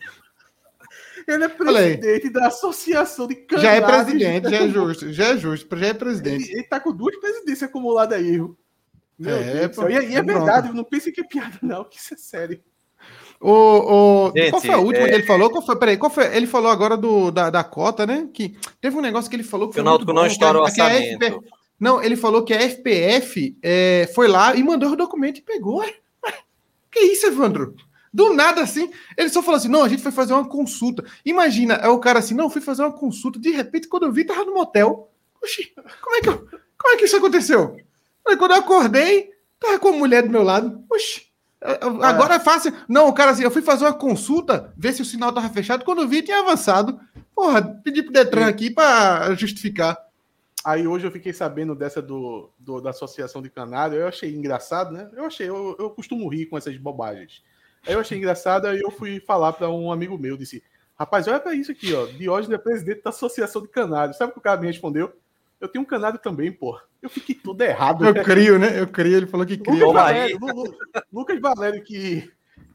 Ele é presidente da Associação de Canários. Já é presidente, já é justo. Já é justo, já é presidente. Ele, ele tá com duas presidências acumuladas aí, viu? Meu é, Deus do céu. E, e é verdade, não pense que é piada, não, que isso é sério. O, o, Gente, qual foi a última é... que ele falou? Qual foi? Peraí, qual foi? Ele falou agora do, da, da cota, né? Que teve um negócio que ele falou que o Náutico não estoura o orçamento. F P... Não, ele falou que a F P F é, foi lá e mandou o documento e pegou. Ué, que isso, Evandro? Do nada, assim, ele só falou assim, não, a gente foi fazer uma consulta. Imagina, é o cara assim, não, fui fazer uma consulta, de repente, quando eu vi, tava no motel. Oxi, como é que, eu, como é que isso aconteceu? Aí, quando eu acordei, tava com a mulher do meu lado. Oxi, agora é fácil. Não, o cara assim, eu fui fazer uma consulta, ver se o sinal tava fechado, quando eu vi, tinha avançado. Porra, pedi pro Detran aqui pra justificar. Aí hoje eu fiquei sabendo dessa do, do, da Associação de Canário, eu achei engraçado, né? Eu achei, eu, eu costumo rir com essas bobagens. Aí eu achei engraçado, aí eu fui falar para um amigo meu, disse, rapaz, olha para isso aqui, ó, Diógenes é presidente da Associação de Canários. Sabe o que o cara me respondeu? Eu tenho um canário também, pô. Eu fiquei tudo errado. Eu né? crio, né? Eu crio, ele falou que cria. Lucas Valério, Lu, Lucas Valério que,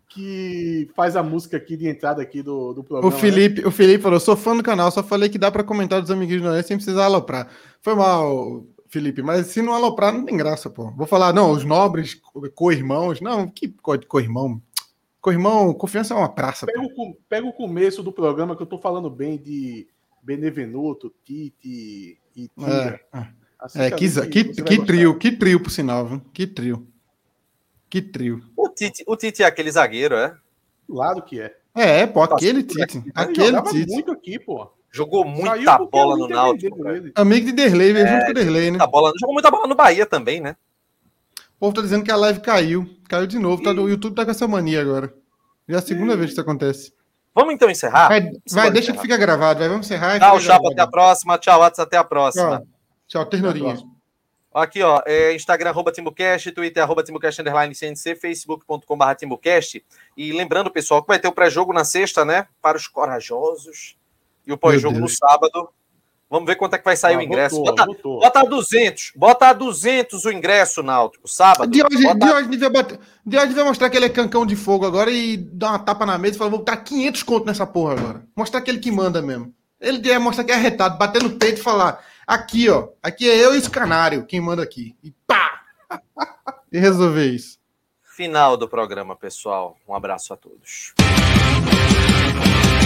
que faz a música aqui de entrada aqui do, do programa. O Felipe, né? o Felipe falou, sou fã do canal, só falei que dá para comentar dos amiguinhos do Nordeste sem precisar aloprar. Foi mal, Felipe, mas se não aloprar, não tem graça, pô. Vou falar, não, os nobres, co-irmãos, não, que co-irmão? Co-irmão, confiança é uma praça. Pega o, pega o começo do programa que eu tô falando bem de Benevenuto, Tite e Tinga. É, é que, que, que, que trio, que trio, por sinal, viu? Que trio. Que trio. O Tite, o Tite é aquele zagueiro, é? Claro que é. É, pô, aquele Tite. Aquele Tite. muito aqui, pô. Jogou muita bola no Náutico. Amigo de Derlei, veio é, junto com o Derlei, né? Bola, jogou muita bola no Bahia também, né? O povo tá dizendo que a live caiu. Caiu de novo. Tá, o YouTube tá com essa mania agora. Já é a segunda e... vez que isso acontece. Vamos então encerrar? Vai, vai deixa encerrar. Que fica gravado. Vai, vamos encerrar. Tchau, Chapa, até a próxima. Tchau, Watts, até a próxima. Tchau, Tchau ternurinha. Aqui, ó, é Instagram, arroba TimbuCast, Twitter, arroba TimbuCast, underline C N C, facebook ponto com barra TimbuCast. E lembrando, pessoal, que vai ter o pré-jogo na sexta, né? Para os corajosos. E o pós-jogo no sábado. Vamos ver quanto é que vai sair ah, o ingresso. Botou, bota, botou. bota a duzentos. Bota a duzentos o ingresso, Náutico. Sábado. De hoje, bota... de hoje, devia bater, de hoje devia mostrar que ele é cancão de fogo agora e dar uma tapa na mesa e falar, vou botar quinhentos conto nessa porra agora. Mostrar aquele que manda mesmo. Ele devia mostrar que é arretado, bater no peito e falar, aqui, ó, aqui é eu e os canários, quem manda aqui. E pá! E resolver isso. Final do programa, pessoal. Um abraço a todos.